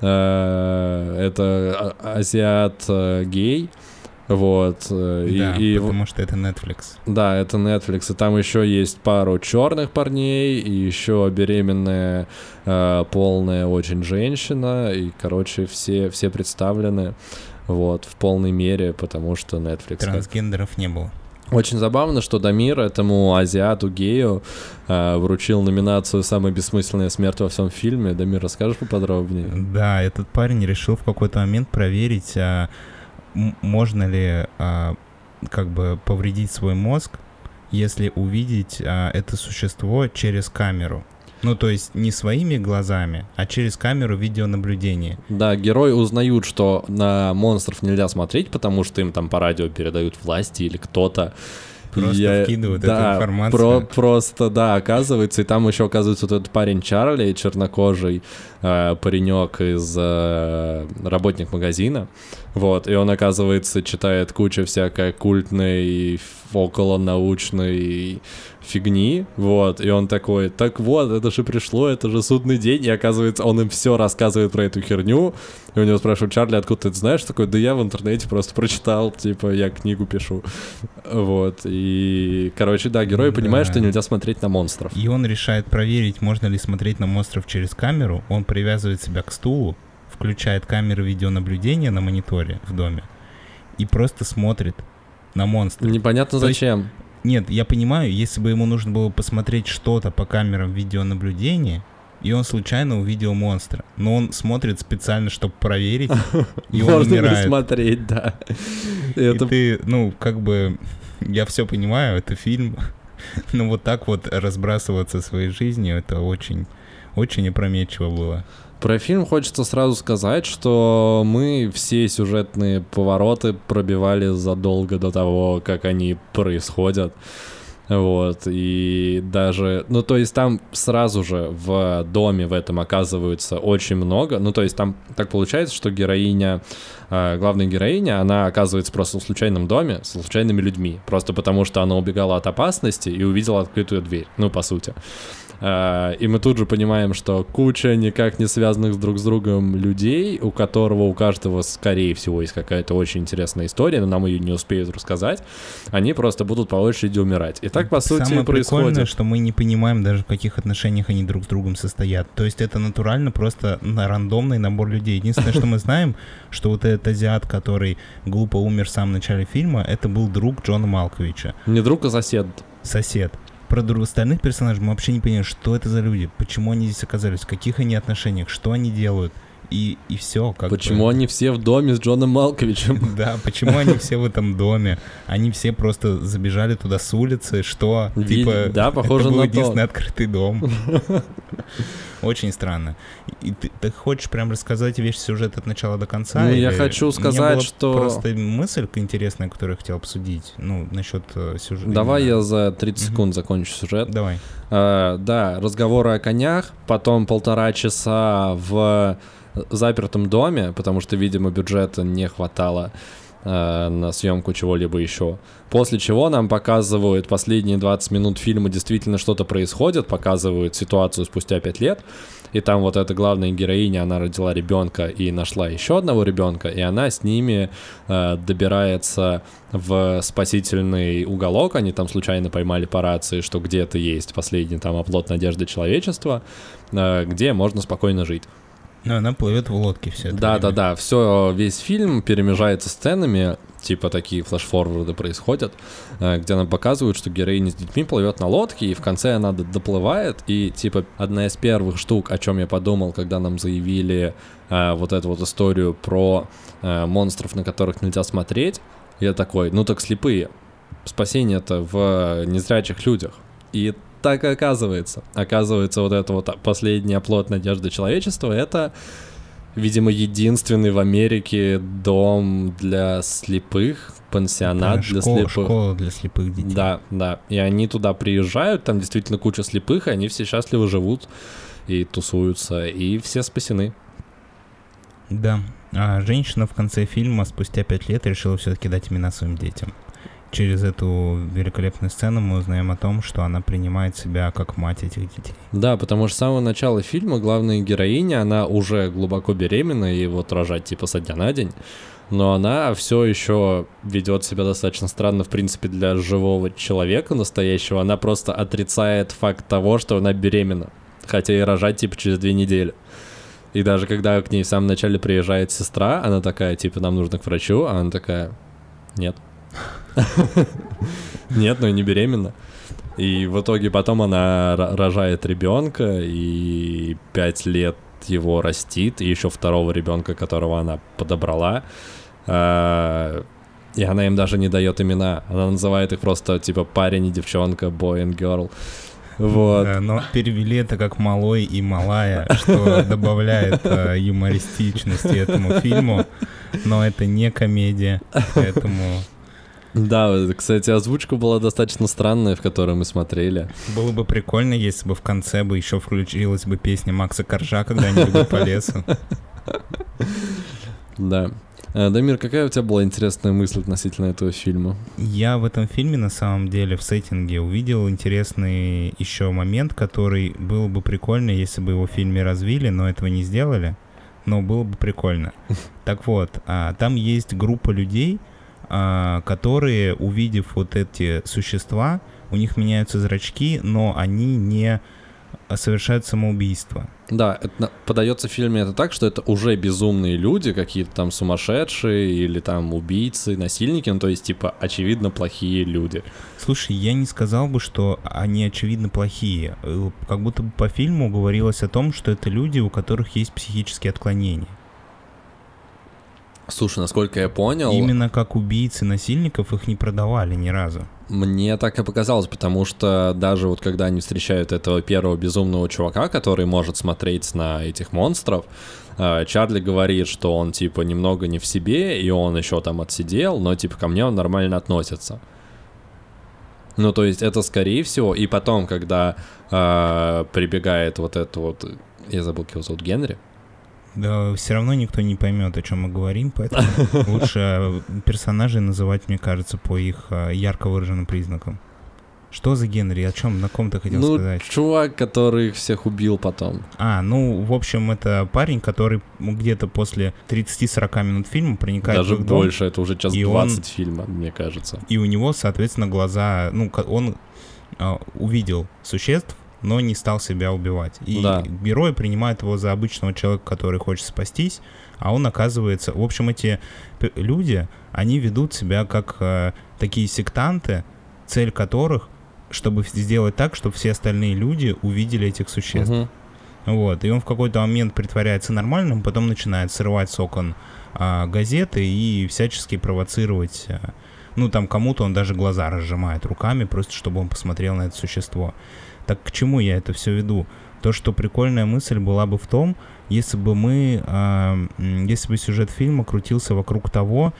это азиат-гей. Да, потому что это Netflix. Да, это Netflix. И там еще есть пару черных парней, и еще беременная, полная очень женщина. И, все представлены. В полной мере, потому что Netflix... Трансгендеров не было. Очень забавно, что Дамир этому азиату-гею вручил номинацию «Самая бессмысленная смерть во всем фильме». Дамир, расскажешь поподробнее? Да, этот парень решил в какой-то момент проверить, можно ли повредить свой мозг, если увидеть это существо через камеру. Ну, то есть не своими глазами, а через камеру видеонаблюдения. Да, герои узнают, что на монстров нельзя смотреть, потому что им там по радио передают власти или кто-то. Просто вкидывают эту информацию. Просто, да, оказывается. И там еще оказывается вот этот парень Чарли, чернокожий паренек из работник магазина. Вот, и он, оказывается, читает кучу всякой оккультной, околонаучной фигни, вот, и он такой, так вот, это же пришло, это же судный день, и оказывается, он им все рассказывает про эту херню, и у него спрашивают, Чарли, откуда ты это знаешь? Такой, да я в интернете просто прочитал, типа, я книгу пишу, вот, и, короче, да, герой понимает, что нельзя смотреть на монстров. И он решает проверить, можно ли смотреть на монстров через камеру, он привязывает себя к стулу, включает камеру видеонаблюдения на мониторе в доме и просто смотрит на монстров. Непонятно зачем. Нет, я понимаю, если бы ему нужно было посмотреть что-то по камерам видеонаблюдения, и он случайно увидел монстра, но он смотрит специально, чтобы проверить, и он умирает. Можно не смотреть, да. И ты, ну, как бы, я все понимаю, это фильм, но вот так вот разбрасываться своей жизнью, это очень, очень опрометчиво было. Про фильм хочется сразу сказать, что мы все сюжетные повороты пробивали задолго до того, как они происходят. Вот, и даже, ну, то есть там сразу же в доме в этом оказывается очень много, ну, то есть там так получается, что героиня, главная героиня, она оказывается просто в случайном доме с случайными людьми, просто потому что она убегала от опасности и увидела открытую дверь, ну, по сути. И мы тут же понимаем, что куча никак не связанных друг с другом людей, у каждого, скорее всего, есть какая-то очень интересная история, но нам ее не успеют рассказать, они просто будут по очереди умирать. И так, по сути, самое происходит. Самое прикольное, что мы не понимаем даже, в каких отношениях они друг с другом состоят. То есть это натурально просто рандомный набор людей. Единственное, что мы знаем, что вот этот азиат, который глупо умер в самом начале фильма, это был друг Джона Малковича. Не друг, а сосед. Сосед. Про остальных персонажей мы вообще не понимаем, что это за люди, почему они здесь оказались, в каких они отношениях, что они делают, и все. Почему они все в доме с Джоном Малковичем? Да, почему они все в этом доме? Они все просто забежали туда с улицы, что, типа, да, похоже это был на единственный открытый дом. Очень странно. И ты хочешь прям рассказать весь сюжет от начала до конца? Ну, я хочу сказать, что... просто мысль интересная, которую я хотел обсудить, ну, насчет сюжета. Давай я за 30 секунд закончу сюжет. Давай. Да, разговоры о конях, потом 1,5 часа в запертом доме, потому что, видимо, бюджета не хватало на съемку чего-либо еще. После чего нам показывают последние 20 минут фильма, действительно что-то происходит, показывают ситуацию спустя 5 лет, и там вот эта главная героиня, она родила ребенка и нашла еще одного ребенка, и она с ними добирается в спасительный уголок, они там случайно поймали по рации, что где-то есть последний там оплот надежды человечества, где можно спокойно жить. Ну, она плывет в лодке все это время. Да, все, весь фильм перемежается сценами, типа такие флэш-форварды происходят, где нам показывают, что героиня с детьми плывет на лодке, и в конце она доплывает, и типа одна из первых штук, о чем я подумал, когда нам заявили вот эту вот историю про монстров, на которых нельзя смотреть, я такой, ну так слепые, спасение-то в незрячих людях. И так и оказывается. Оказывается, вот это вот последний оплот надежды человечества — это, видимо, единственный в Америке дом для слепых, пансионат для слепых. Школа для слепых детей. Да. И они туда приезжают, там действительно куча слепых, и они все счастливо живут и тусуются, и все спасены. Да. А женщина в конце фильма спустя 5 лет решила все-таки дать имена своим детям. Через эту великолепную сцену мы узнаем о том, что она принимает себя как мать этих детей. Да, потому что с самого начала фильма главная героиня, она уже глубоко беременна, и вот рожать типа со дня на день, но она все еще ведет себя достаточно странно, в принципе, для живого человека настоящего. Она просто отрицает факт того, что она беременна, хотя и рожать типа через 2 недели. И даже когда к ней в самом начале приезжает сестра, она такая, типа, нам нужно к врачу, а она такая, нет. Нет, ну и не беременна. И в итоге потом она рожает ребенка и 5 лет его растит, и еще второго ребенка, которого она подобрала. И она им даже не дает имена. Она называет их просто типа парень и девчонка, boy and girl. Вот. Да, но перевели это как «малой» и «малая», что добавляет юмористичности этому фильму, но это не комедия, поэтому... Да, кстати, озвучка была достаточно странная, в которой мы смотрели. Было бы прикольно, если бы в конце бы еще включилась бы песня Макса Коржа, когда они идут по лесу. Да. Дамир, какая у тебя была интересная мысль относительно этого фильма? Я в этом фильме, на самом деле, в сеттинге увидел интересный еще момент, который было бы прикольно, если бы его в фильме развили, но этого не сделали, но было бы прикольно. Так вот, там есть группа людей, которые, увидев вот эти существа, у них меняются зрачки, но они не совершают самоубийство. Да, это подается в фильме это так, что это уже безумные люди, какие-то там сумасшедшие или там убийцы, насильники, ну то есть типа очевидно плохие люди. Слушай, я не сказал бы, что они очевидно плохие. Как будто бы по фильму говорилось о том, что это люди, у которых есть психические отклонения. Слушай, насколько я понял... Именно как убийцы насильников их не продавали ни разу. Мне так и показалось, потому что даже вот когда они встречают этого первого безумного чувака, который может смотреть на этих монстров, Чарли говорит, что он типа немного не в себе, и он еще там отсидел, но типа ко мне он нормально относится. Ну, то есть это скорее всего, и потом, когда прибегает вот это вот, я забыл, как его зовут, Генри? Да, все равно никто не поймет, о чем мы говорим, поэтому лучше персонажей называть, мне кажется, по их ярко выраженным признакам. Что за Генри? О чем? На ком ты хотел сказать? Ну, чувак, который их всех убил потом. В общем, это парень, который где-то после 30-40 минут фильма проникает даже в их дом. Даже больше, это уже час 20 фильма, мне кажется. И у него, соответственно, глаза... он увидел существ, но не стал себя убивать. И герой принимает его за обычного человека, который хочет спастись, а он оказывается... В общем, эти люди, они ведут себя как такие сектанты, цель которых, чтобы сделать так, чтобы все остальные люди увидели этих существ. Вот. И он в какой-то момент притворяется нормальным, потом начинает срывать с окон газеты и всячески провоцировать... там кому-то он даже глаза разжимает руками, просто чтобы он посмотрел на это существо. Так к чему я это все веду? То, что прикольная мысль была бы в том, если бы сюжет фильма крутился вокруг того,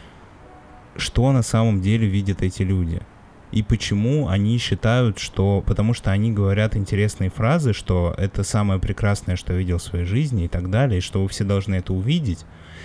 что на самом деле видят эти люди. И почему они считают, что... Потому что они говорят интересные фразы, что это самое прекрасное, что я видел в своей жизни и так далее, и что вы все должны это увидеть.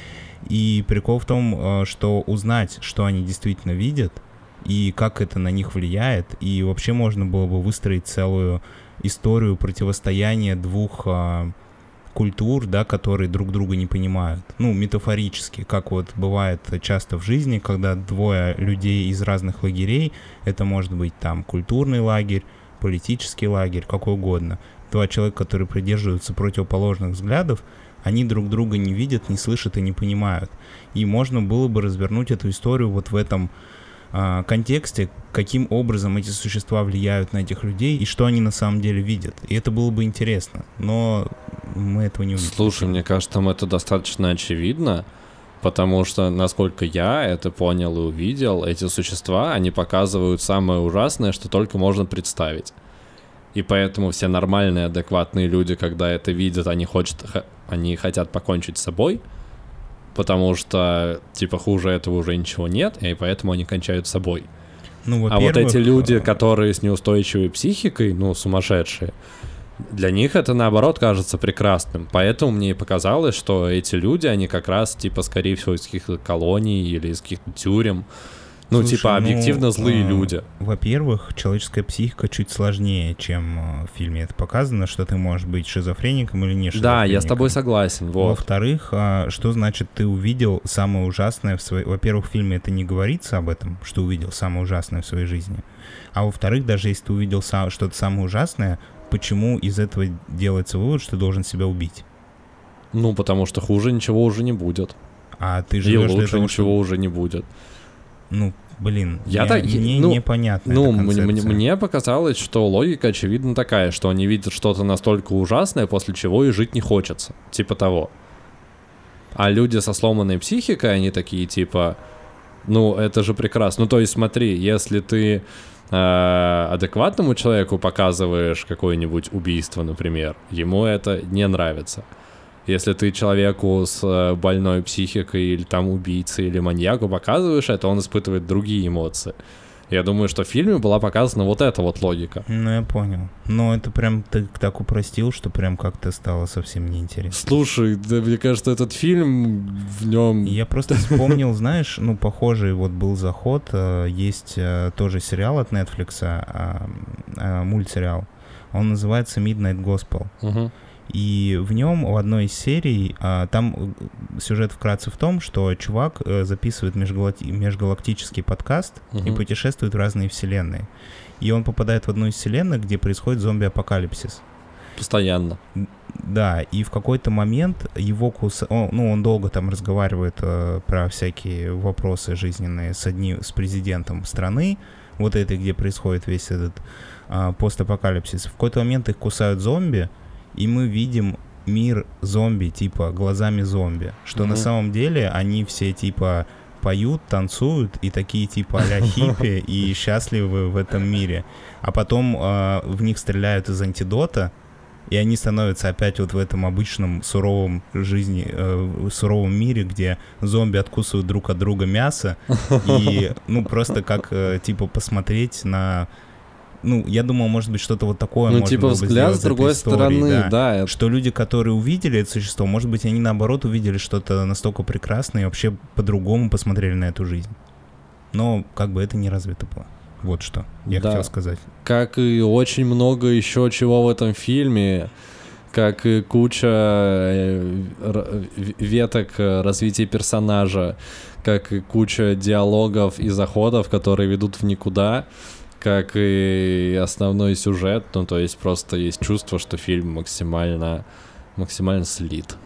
И прикол в том, что узнать, что они действительно видят, и как это на них влияет, и вообще можно было бы выстроить целую историю противостояния двух культур, да, которые друг друга не понимают. Метафорически, как вот бывает часто в жизни, когда двое людей из разных лагерей, это может быть там культурный лагерь, политический лагерь, какой угодно. Два человека, которые придерживаются противоположных взглядов, они друг друга не видят, не слышат и не понимают. И можно было бы развернуть эту историю вот в этом контексте, каким образом эти существа влияют на этих людей и что они на самом деле видят. И это было бы интересно, но мы этого не увидим. Слушай, мне кажется, там это достаточно очевидно, потому что, насколько я это понял и увидел, эти существа, они показывают самое ужасное, что только можно представить. И поэтому все нормальные, адекватные люди, когда это видят, они хотят покончить с собой, потому что, типа, хуже этого уже ничего нет, и поэтому они кончают с собой. А вот эти люди, которые с неустойчивой психикой, сумасшедшие, для них это, наоборот, кажется прекрасным. Поэтому мне и показалось, что эти люди, они как раз, типа, скорее всего, из каких-то колоний или из каких-то тюрем. Слушай, объективно злые люди. Во-первых, человеческая психика чуть сложнее, чем в фильме это показано, что ты можешь быть шизофреником или не шизофреником. Да, я с тобой согласен. Вот. Во-вторых, что значит ты увидел самое ужасное в своей... Во-первых, в фильме это не говорится об этом, что увидел самое ужасное в своей жизни. А во-вторых, даже если ты увидел что-то самое ужасное, почему из этого делается вывод, что ты должен себя убить? Потому что хуже ничего уже не будет. А ты живешь и лучше для того, ничего уже не будет. Мне непонятно. Мне показалось, что логика очевидно такая, что они видят что-то настолько ужасное, после чего и жить не хочется. Типа того. А люди со сломанной психикой, они такие типа, это же прекрасно. То есть смотри, если ты адекватному человеку показываешь какое-нибудь убийство, например, ему это не нравится. Если ты человеку с больной психикой или там убийце или маньяку показываешь это, он испытывает другие эмоции. Я думаю, что в фильме была показана вот эта вот логика. Ну, я понял. Но это прям ты так упростил, что прям как-то стало совсем неинтересно. Слушай, да, мне кажется, этот фильм, в нем... Я просто вспомнил, знаешь, ну, похожий вот был заход. Есть тоже сериал от Netflix, мультсериал. Он называется Midnight Gospel. Угу. И в нем в одной из серий, там сюжет вкратце в том, что чувак записывает межгалактический подкаст и путешествует в разные вселенные. И он попадает в одну из вселенных, где происходит зомби-апокалипсис. Постоянно. Да, и в какой-то момент его он долго там разговаривает про всякие вопросы жизненные с президентом страны, вот этой, где происходит весь этот постапокалипсис. В какой-то момент их кусают зомби, и мы видим мир зомби, типа, глазами зомби. Что на самом деле они все, типа, поют, танцуют и такие, типа, а-ля хиппи и счастливы в этом мире. А потом в них стреляют из антидота, и они становятся опять вот в этом обычном суровом суровом мире, где зомби откусывают друг от друга мясо. И, ну, просто как, типа, посмотреть на... Ну, я думал, может быть, что-то вот такое можно типа было бы взгляд с другой стороны, да. Что люди, которые увидели это существо, может быть, они наоборот увидели что-то настолько прекрасное и вообще по-другому посмотрели на эту жизнь. Но как бы это не развито было. Вот что я хотел сказать. Как и очень много еще чего в этом фильме, как и куча веток развития персонажа, как и куча диалогов и заходов, которые ведут в никуда, как и основной сюжет, ну, то есть просто есть чувство, что фильм максимально слит.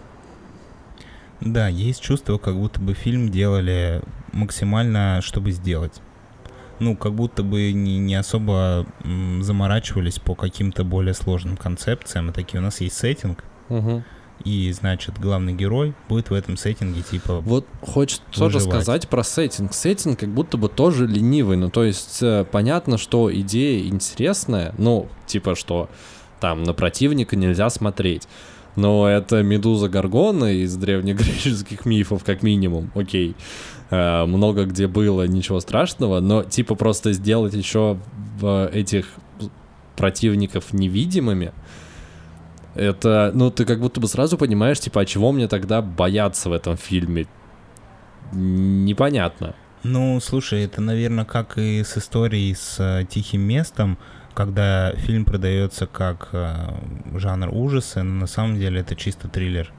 Да, есть чувство, как будто бы фильм делали максимально, чтобы сделать. Ну, как будто бы не особо заморачивались по каким-то более сложным концепциям. И такие, у нас есть сеттинг, и, значит, главный герой будет в этом сеттинге, типа, вот хочется тоже сказать про сеттинг. Сеттинг как будто бы тоже ленивый. Ну, то есть, понятно, что идея интересная, ну, типа, что там на противника нельзя смотреть. Но это Медуза Горгона из древнегреческих мифов, как минимум, окей. Много где было, ничего страшного, но, типа, просто сделать еще этих противников невидимыми, это, ну, ты как будто бы сразу понимаешь, типа, а чего мне тогда бояться в этом фильме? Непонятно. Ну, слушай, это, наверное, как и с историей с «Тихим местом», когда фильм продается как жанр ужаса, но на самом деле это чисто триллер.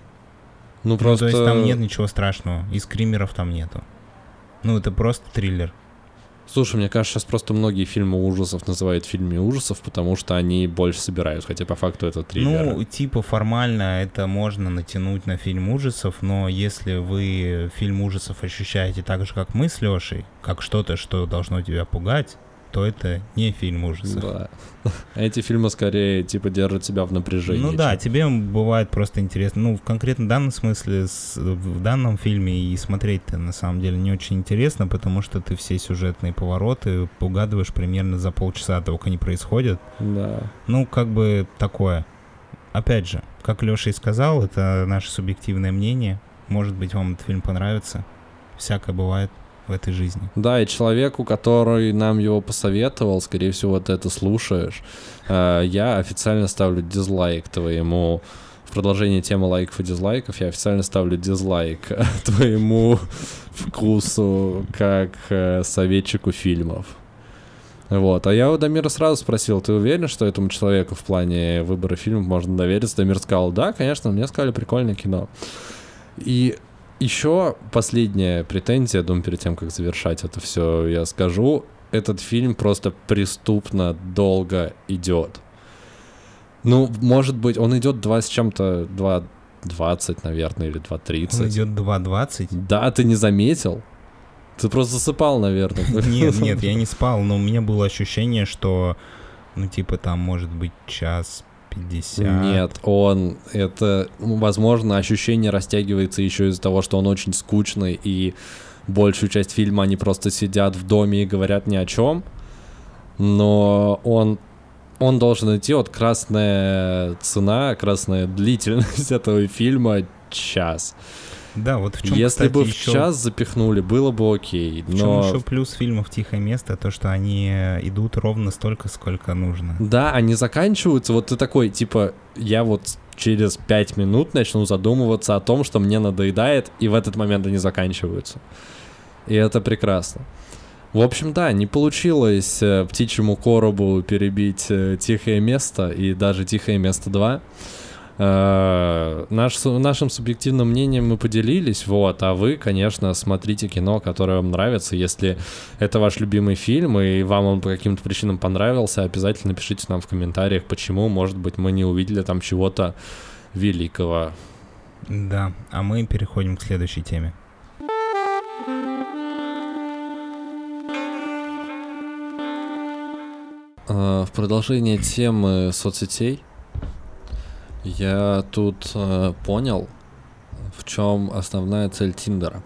Ну, просто... то есть там нет ничего страшного, и скримеров там нету. Ну, это просто триллер. Слушай, мне кажется, сейчас просто многие фильмы ужасов называют фильмами ужасов, потому что они больше собирают, хотя по факту это триллер. Ну, типа формально это можно натянуть на фильм ужасов, но если вы фильм ужасов ощущаете так же, как мы с Лешей, как что-то, что должно тебя пугать, то это не фильм ужасов. Да. Эти фильмы скорее, типа, держат тебя в напряжении. Ну да, тебе бывает просто интересно. Ну, в конкретно данном смысле, в данном фильме и смотреть-то на самом деле не очень интересно, потому что ты все сюжетные повороты угадываешь примерно за полчаса до того, как они происходят. Да. Ну, как бы такое. Опять же, как Леша и сказал, это наше субъективное мнение. Может быть, вам этот фильм понравится. Всякое бывает в этой жизни. Да, и человеку, который нам его посоветовал, скорее всего, вот это слушаешь, я официально ставлю дизлайк твоему, в продолжение темы лайков и дизлайков, я официально ставлю дизлайк твоему вкусу как советчику фильмов. Вот, а я у Дамира сразу спросил, ты уверен, что этому человеку в плане выбора фильмов можно довериться? Дамир сказал, да, конечно, мне сказали, прикольное кино. И еще последняя претензия, думаю, перед тем, как завершать это все, я скажу, этот фильм просто преступно долго идет. Ну, может быть, он идет 2 с чем-то, 2:20, наверное, или 2:30. Он идет 2:20? Да, ты не заметил? Ты просто засыпал, наверное. Нет, я не спал, но у меня было ощущение, что, ну, типа, там, может быть, 1:50. Нет, это, возможно, ощущение растягивается еще из-за того, что он очень скучный, и большую часть фильма они просто сидят в доме и говорят ни о чем. но он должен идти, вот красная цена, красная длительность этого фильма — час. Да, вот в чем, если кстати, бы в еще... час запихнули, было бы окей. В чем еще плюс фильмов «Тихое место», то, что они идут ровно столько, сколько нужно. Да, они заканчиваются, вот ты такой, типа, я вот через 5 минут начну задумываться о том, что мне надоедает, и в этот момент они заканчиваются. И это прекрасно. В общем, да, не получилось «Птичьему коробу» перебить «Тихое место» и даже «Тихое место 2». Нашим субъективным мнением мы поделились, вот, а вы, конечно, смотрите кино, которое вам нравится. Если это ваш любимый фильм и вам он по каким-то причинам понравился, обязательно пишите нам в комментариях, почему, может быть, мы не увидели там чего-то великого. Да, а мы переходим к следующей теме. В продолжение темы соцсетей я тут понял, в чем основная цель Тиндера.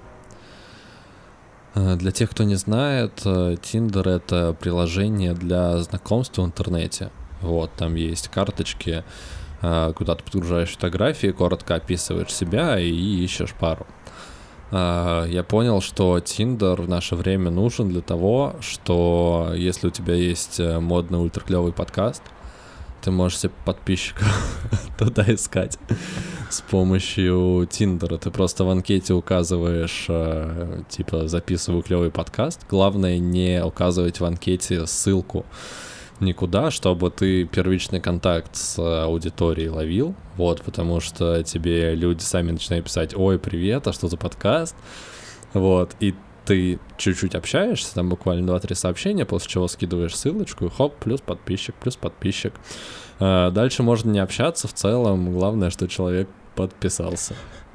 Для тех, кто не знает, Тиндер — это приложение для знакомств в интернете. Вот, там есть карточки, куда ты подгружаешь фотографии, коротко описываешь себя и ищешь пару. Я понял, что Тиндер в наше время нужен для того, что если у тебя есть модный ультраклевый подкаст, ты можешь себе подписчиков туда искать с помощью Тиндера. Ты просто в анкете указываешь, типа, записываю клевый подкаст. Главное не указывать в анкете ссылку никуда, чтобы ты первичный контакт с аудиторией ловил. Вот, потому что тебе люди сами начинают писать: ой, привет, а что за подкаст? Вот, и ты чуть-чуть общаешься, там буквально 2-3 сообщения, после чего скидываешь ссылочку, и хоп, плюс подписчик. Дальше можно не общаться в целом, главное, что человек подписался.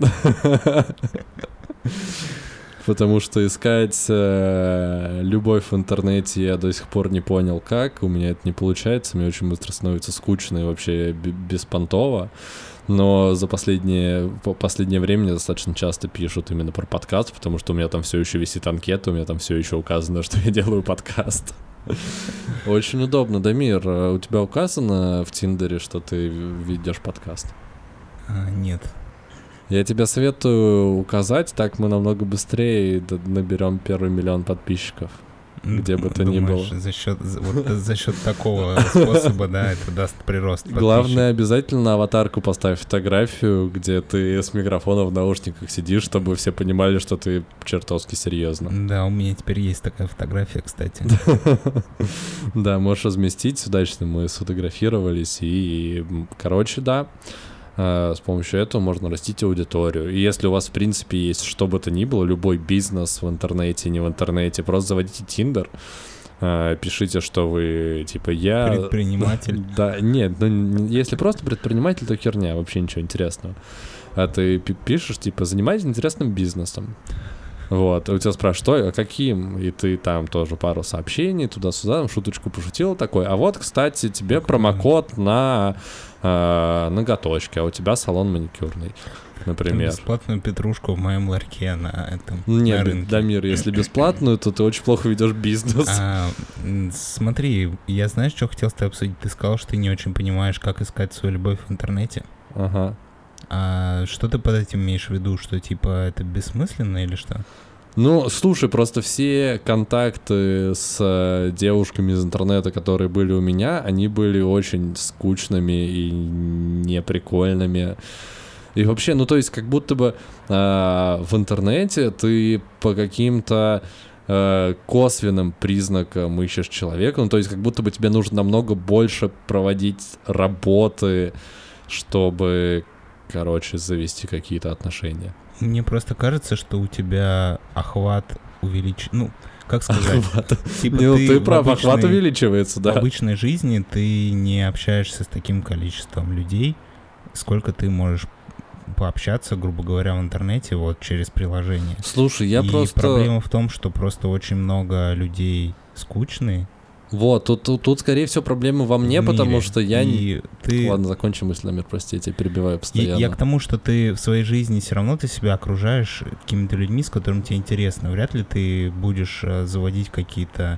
Потому что искать любовь в интернете я до сих пор не понял как, у меня это не получается, мне очень быстро становится скучно и вообще беспонтово. Но за последнее время мне достаточно часто пишут именно про подкаст, потому что у меня там все еще висит анкета, у меня там все еще указано, что я делаю подкаст. Очень удобно. Дамир, у тебя указано в Тиндере, что ты ведешь подкаст? Нет. Я тебе советую указать, так мы намного быстрее наберем первый 1 миллион подписчиков. Где бы то ни было. За счет такого способа, да, это даст прирост подписчиков. Главное, обязательно аватарку поставь фотографию, где ты с микрофоном в наушниках сидишь, чтобы все понимали, что ты чертовски серьезно. Да, у меня теперь есть такая фотография, кстати. Да, можешь разместить, удачно мы сфотографировались, и, короче, да. С помощью этого можно растить аудиторию. И если у вас, в принципе, есть что бы то ни было, любой бизнес в интернете, не в интернете, просто заводите Тиндер, пишите, что вы, типа, я... Предприниматель. Да, нет, ну, если просто предприниматель, то херня, вообще ничего интересного. А ты пишешь, типа, занимайтесь интересным бизнесом. Вот, и у тебя спрашивают, что, а каким? И ты там тоже пару сообщений туда-сюда, там шуточку пошутил такой. А вот, кстати, тебе промокод на ноготочки, а у тебя салон маникюрный, например. Бесплатную петрушку в моем ларьке на этом. Нет, Дамир, если бесплатную, то ты очень плохо ведешь бизнес. Смотри, я знаешь, что хотел с тобой обсудить? Ты сказал, что ты не очень понимаешь, как искать свою любовь в интернете. Ага. А что ты под этим имеешь в виду? Что, типа, это бессмысленно или что? Ну, слушай, просто все контакты с девушками из интернета, которые были у меня, они были очень скучными и неприкольными. И вообще, ну, то есть, как будто бы в интернете ты по каким-то косвенным признакам ищешь человека, ну, то есть, как будто бы тебе нужно намного больше проводить работы, чтобы, короче, завести какие-то отношения. Мне просто кажется, что у тебя охват увеличен. Ну, как сказать? Типа ты прав, охват увеличивается, да. В обычной жизни ты не общаешься с таким количеством людей, сколько ты можешь пообщаться, грубо говоря, в интернете, вот через приложение. Слушай, я просто... проблема в том, что просто очень много людей скучные. Вот, тут скорее всего, проблема во мне, потому что я не... Ладно, закончим мысль, Дамир, прости, я тебя перебиваю постоянно. Я к тому, что ты в своей жизни все равно ты себя окружаешь какими-то людьми, с которыми тебе интересно. Вряд ли ты будешь заводить какие-то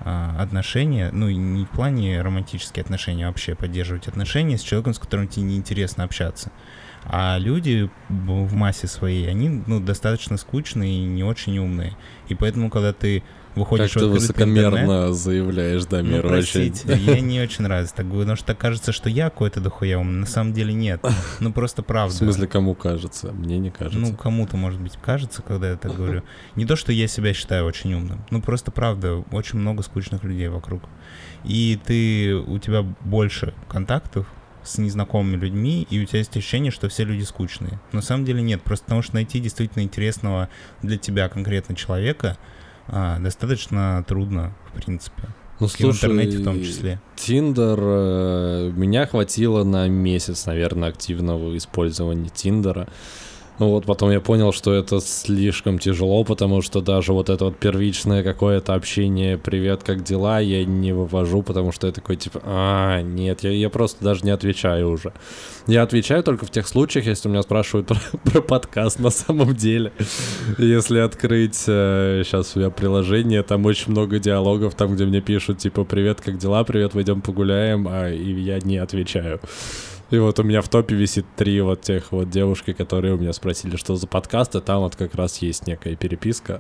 отношения, ну, не в плане романтические отношения, а вообще поддерживать отношения с человеком, с которым тебе неинтересно общаться. А люди в массе своей, они, ну, достаточно скучные и не очень умные. И поэтому, когда ты выходишь как в ты высокомерно интернет, заявляешь, да, мир, простите, я не очень нравится так, потому что так кажется, что я какой-то дохуя умный, на самом деле нет. Ну, просто правда. В смысле, кому кажется? Мне не кажется. Ну, кому-то, может быть, кажется, когда я так говорю. Не то, что я себя считаю очень умным, ну, просто правда, очень много скучных людей вокруг. И у тебя больше контактов с незнакомыми людьми, и у тебя есть ощущение, что все люди скучные. На самом деле нет, просто потому что найти действительно интересного для тебя конкретно человека достаточно трудно, в принципе. Ну, слушай, в интернете в том числе. Тиндер, меня хватило на месяц, наверное, активного использования Тиндера. Вот, потом я понял, что это слишком тяжело, потому что даже вот это вот первичное какое-то общение «Привет, как дела?» я не вывожу, потому что я такой типа нет, я просто даже не отвечаю уже. Я отвечаю только в тех случаях, если меня спрашивают про подкаст на самом деле. Если открыть сейчас у меня приложение, там очень много диалогов, там, где мне пишут типа «Привет, как дела? Привет, пойдем погуляем», и я не отвечаю. И вот у меня в топе висит 3 вот тех вот девушки, которые у меня спросили, что за подкаст, и там вот как раз есть некая переписка.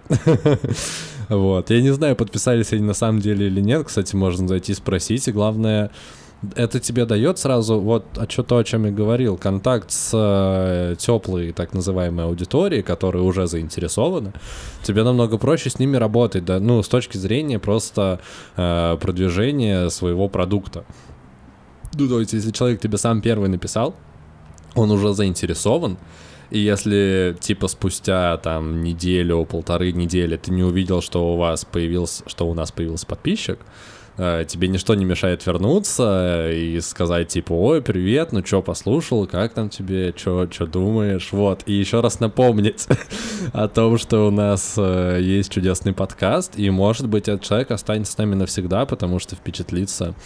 Вот. Я не знаю, подписались они на самом деле или нет. Кстати, можно зайти спросить. И главное, это тебе дает сразу, вот то, о чем я говорил, контакт с теплой так называемой аудиторией, которая уже заинтересована. Тебе намного проще с ними работать, да, ну, с точки зрения просто продвижения своего продукта. Ну, то есть, если человек тебе сам первый написал, он уже заинтересован, и если, типа, спустя, там, неделю, 1.5 недели ты не увидел, что у нас появился подписчик, тебе ничто не мешает вернуться и сказать, типа, ой, привет, ну чё, послушал, как там тебе, чё думаешь, вот, и еще раз напомнить о том, что у нас есть чудесный подкаст, и, может быть, этот человек останется с нами навсегда, потому что впечатлится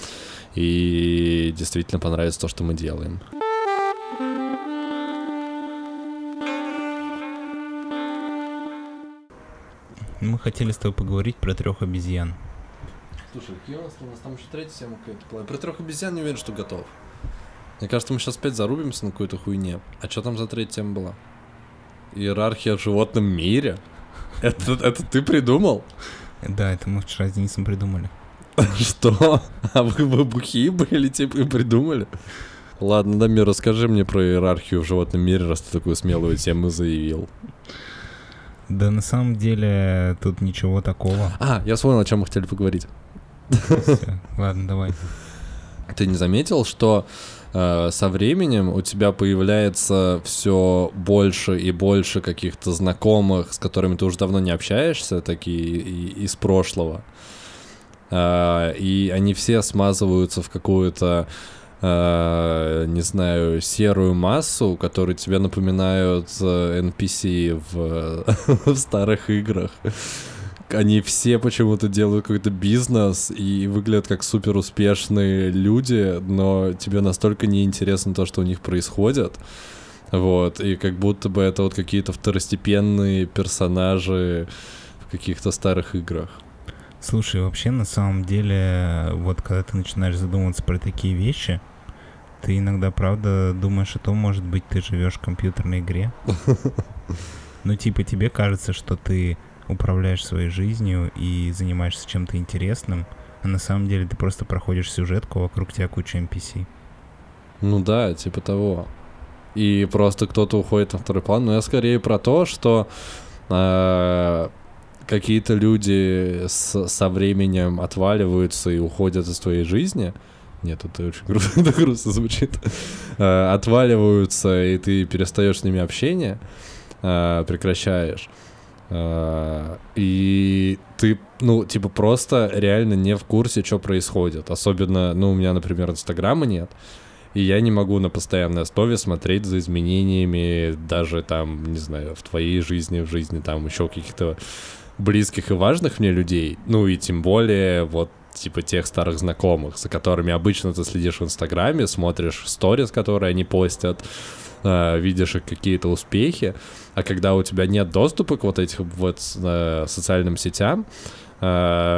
и действительно понравится то, что мы делаем. Мы хотели с тобой поговорить про 3 обезьян. Слушай, какие у нас там еще 3-я тема какая-то была. Про 3 обезьян не уверен, что готов. Мне кажется, мы сейчас опять зарубимся на какой-то хуйне. А что там за 3-я тема была? Иерархия в животном мире? Это ты придумал? Да, это мы вчера с Денисом придумали. Что? А вы бухие были, типа, и придумали? Ладно, Дамир, расскажи мне про иерархию в животном мире, раз ты такую смелую тему заявил. Да на самом деле тут ничего такого. Я вспомнил, о чем мы хотели поговорить. Всё, ладно, давай. Ты не заметил, что со временем у тебя появляется все больше и больше каких-то знакомых, с которыми ты уже давно не общаешься, такие из прошлого, и они все смазываются в какую-то, не знаю, серую массу, которые тебе напоминают NPC в старых играх. Они все почему-то делают какой-то бизнес и выглядят как супер успешные люди, но тебе настолько неинтересно то, что у них происходит. Вот, и как будто бы это вот какие-то второстепенные персонажи в каких-то старых играх. Слушай, вообще на самом деле, вот когда ты начинаешь задумываться про такие вещи, ты иногда, правда, думаешь о том, может быть, ты живешь в компьютерной игре. Ну, типа, тебе кажется, что ты управляешь своей жизнью и занимаешься чем-то интересным, а на самом деле ты просто проходишь сюжетку, вокруг тебя куча NPC. Ну да, типа того. И просто кто-то уходит на второй план. Но я скорее про то, что какие-то люди со временем отваливаются и уходят из твоей жизни. Нет, это очень грустно звучит. Отваливаются, и ты перестаешь с ними общение, прекращаешь. И ты, ну, типа, просто реально не в курсе, что происходит. Особенно, ну, у меня, например, Инстаграма нет, и я не могу на постоянной основе смотреть за изменениями даже там, не знаю, в твоей жизни, в жизни там еще каких-то близких и важных мне людей. Ну, и тем более, вот, типа, тех старых знакомых, за которыми обычно ты следишь в Инстаграме, смотришь сторис, которые они постят, видишь их какие-то успехи, а когда у тебя нет доступа к вот этим вот социальным сетям,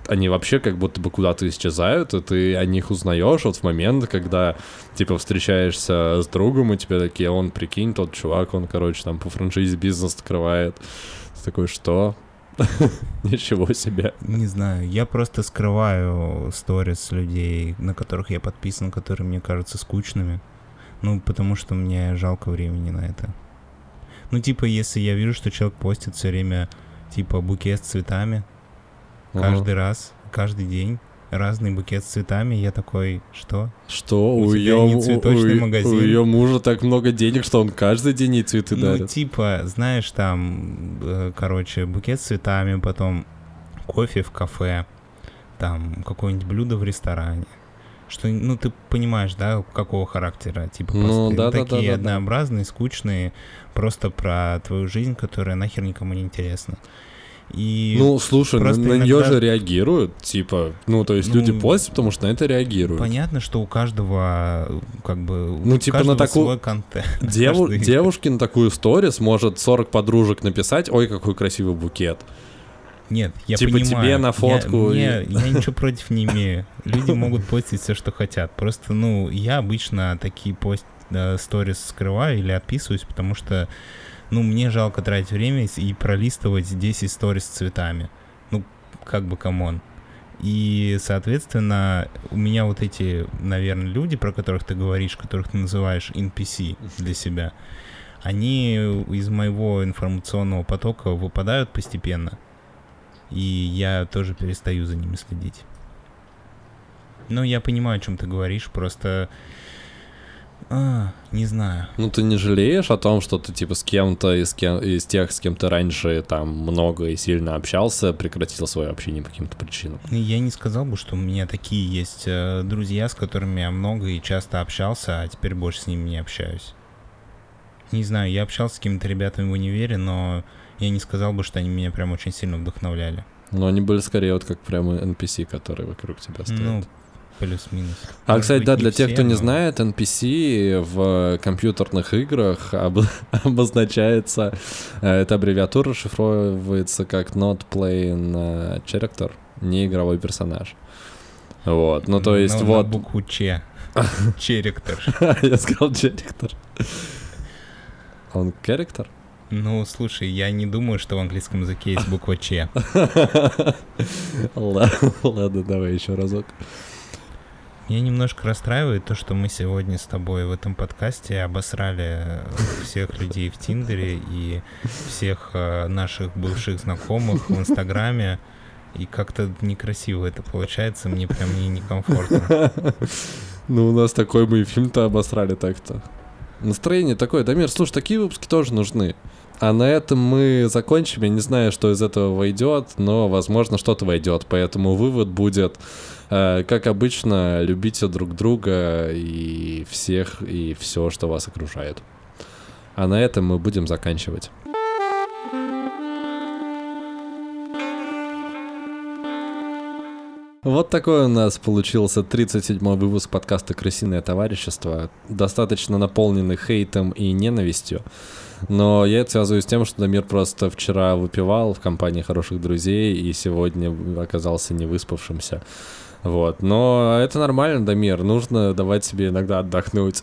они вообще как будто бы куда-то исчезают, и ты о них узнаешь вот в момент, когда, типа, встречаешься с другом, и тебе такие, он, прикинь, тот чувак, он, короче, там по франшизе бизнес открывает. Ты такой, что? Ничего себе. Не знаю, я просто скрываю сторис людей, на которых я подписан, которые мне кажутся скучными. Ну, потому что мне жалко времени на это. Ну, типа, если я вижу, что человек постит все время, типа, букет с цветами, каждый раз, каждый день, разный букет с цветами, я такой, что? Что? У ее мужа так много денег, что он каждый день ей цветы дарит. Ну, типа, знаешь, там, короче, букет с цветами, потом кофе в кафе, там, какое-нибудь блюдо в ресторане. Что, ну, ты понимаешь, да, какого характера, типа, посты. Да, такие однообразные, скучные, просто про твою жизнь, которая нахер никому не интересна. И ну, слушай, на нее же реагируют, типа, ну, то есть люди постят, потому что на это реагируют. Понятно, что у каждого, как бы, ну, типа, на такую... свой контент. Девушке на такую сторис может 40 подружек написать, ой, какой красивый букет. Нет, я типа понимаю. Типа тебе на фотку. Я ничего против не имею. Люди могут постить все, что хотят. Просто, ну, я обычно такие сторис скрываю или отписываюсь, потому что, ну, мне жалко тратить время и пролистывать 10 сторис с цветами. Ну, как бы, камон. И, соответственно, у меня вот эти, наверное, люди, про которых ты говоришь, которых ты называешь NPC для себя, они из моего информационного потока выпадают постепенно. И я тоже перестаю за ними следить. Ну, я понимаю, о чем ты говоришь, просто... не знаю. Ну, ты не жалеешь о том, что ты, типа, с кем-то из тех, с кем ты раньше там много и сильно общался, прекратил свое общение по каким-то причинам? Я не сказал бы, что у меня такие есть друзья, с которыми я много и часто общался, а теперь больше с ними не общаюсь. Не знаю, я общался с какими-то ребятами в универе, но... Я не сказал бы, что они меня прям очень сильно вдохновляли. Но они были скорее вот как прямо NPC, которые вокруг тебя стоят. Ну, плюс-минус. Кстати, да, для тех, кто не знает, NPC в компьютерных играх обозначается... Эта аббревиатура расшифровывается как Not Playing Character, не игровой персонаж. Вот, ну то есть вот... На букву Ч. Черектор. Я сказал черектор. Он character? Ну, слушай, я не думаю, что в английском языке есть буква Ч. Ладно, давай еще разок. Меня немножко расстраивает то, что мы сегодня с тобой в этом подкасте обосрали всех людей в Тиндере и всех наших бывших знакомых в Инстаграме. И как-то некрасиво это получается, мне прям некомфортно. Ну, у нас такой мы и фильм-то обосрали так-то. Настроение такое. Дамир, слушай, такие выпуски тоже нужны. А на этом мы закончим. Я не знаю, что из этого войдет, но, возможно, что-то войдет. Поэтому вывод будет, как обычно, любите друг друга и всех, и все, что вас окружает. А на этом мы будем заканчивать. Вот такой у нас получился 37-й выпуск подкаста «Крысиное товарищество», достаточно наполненный хейтом и ненавистью. Но я это связываю с тем, что Дамир просто вчера выпивал в компании хороших друзей и сегодня оказался невыспавшимся. Вот. Но это нормально, Дамир, нужно давать себе иногда отдохнуть.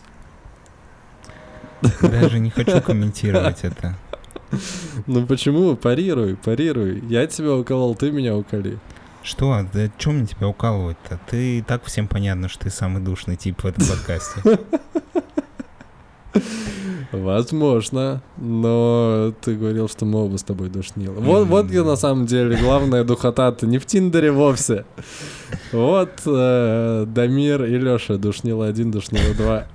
Даже не хочу комментировать это. Ну почему? Парируй. Я тебя уколол, ты меня уколи. Что? Да что мне тебя укалывать-то? Ты и так всем понятно, что ты самый душный тип в этом подкасте. Возможно, но ты говорил, что мы оба с тобой душнило. Вот где на самом деле главная духота-то не в Тиндере вовсе. Вот Дамир и Лёша, душнило 1, душнило 2.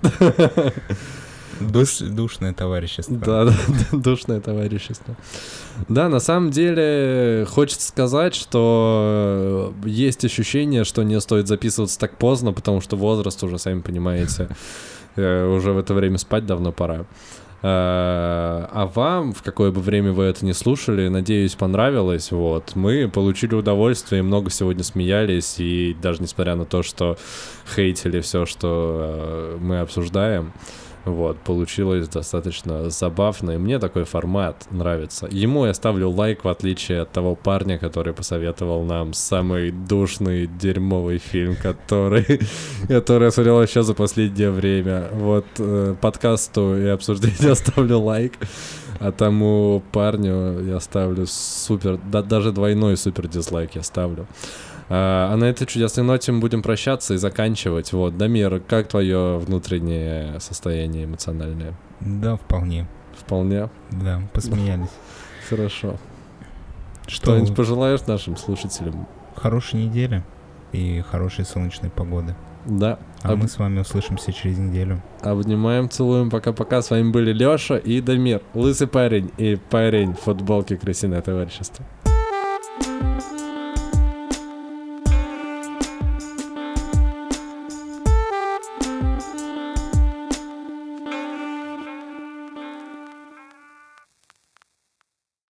Душное товарищество. Да, душное товарищество. Да, на самом деле хочется сказать, что есть ощущение, что не стоит записываться так поздно, потому что возраст уже, сами понимаете, уже в это время спать давно пора. А вам, в какое бы время вы это не слушали, надеюсь, понравилось. Вот. Мы получили удовольствие, много сегодня смеялись, и даже несмотря на то, что хейтили все, что мы обсуждаем, Вот, получилось достаточно забавно, и мне такой формат нравится. Ему я ставлю лайк, в отличие от того парня, который посоветовал нам самый душный, дерьмовый фильм, который я смотрел еще за последнее время. Вот, подкасту и обсуждению ставлю лайк, а тому парню я ставлю супер, даже двойной супер дизлайк я ставлю. А на этой чудесной ноте мы будем прощаться и заканчивать. Вот, Дамир, как твое внутреннее состояние эмоциональное? Да, вполне. Вполне? Да, посмеялись. Хорошо. Что-нибудь пожелаешь нашим слушателям? Хорошей недели и хорошей солнечной погоды. Да. А мы с вами услышимся через неделю. Обнимаем, целуем, пока-пока. С вами были Лёша и Дамир, лысый парень и парень в футболке крысиное товарищество.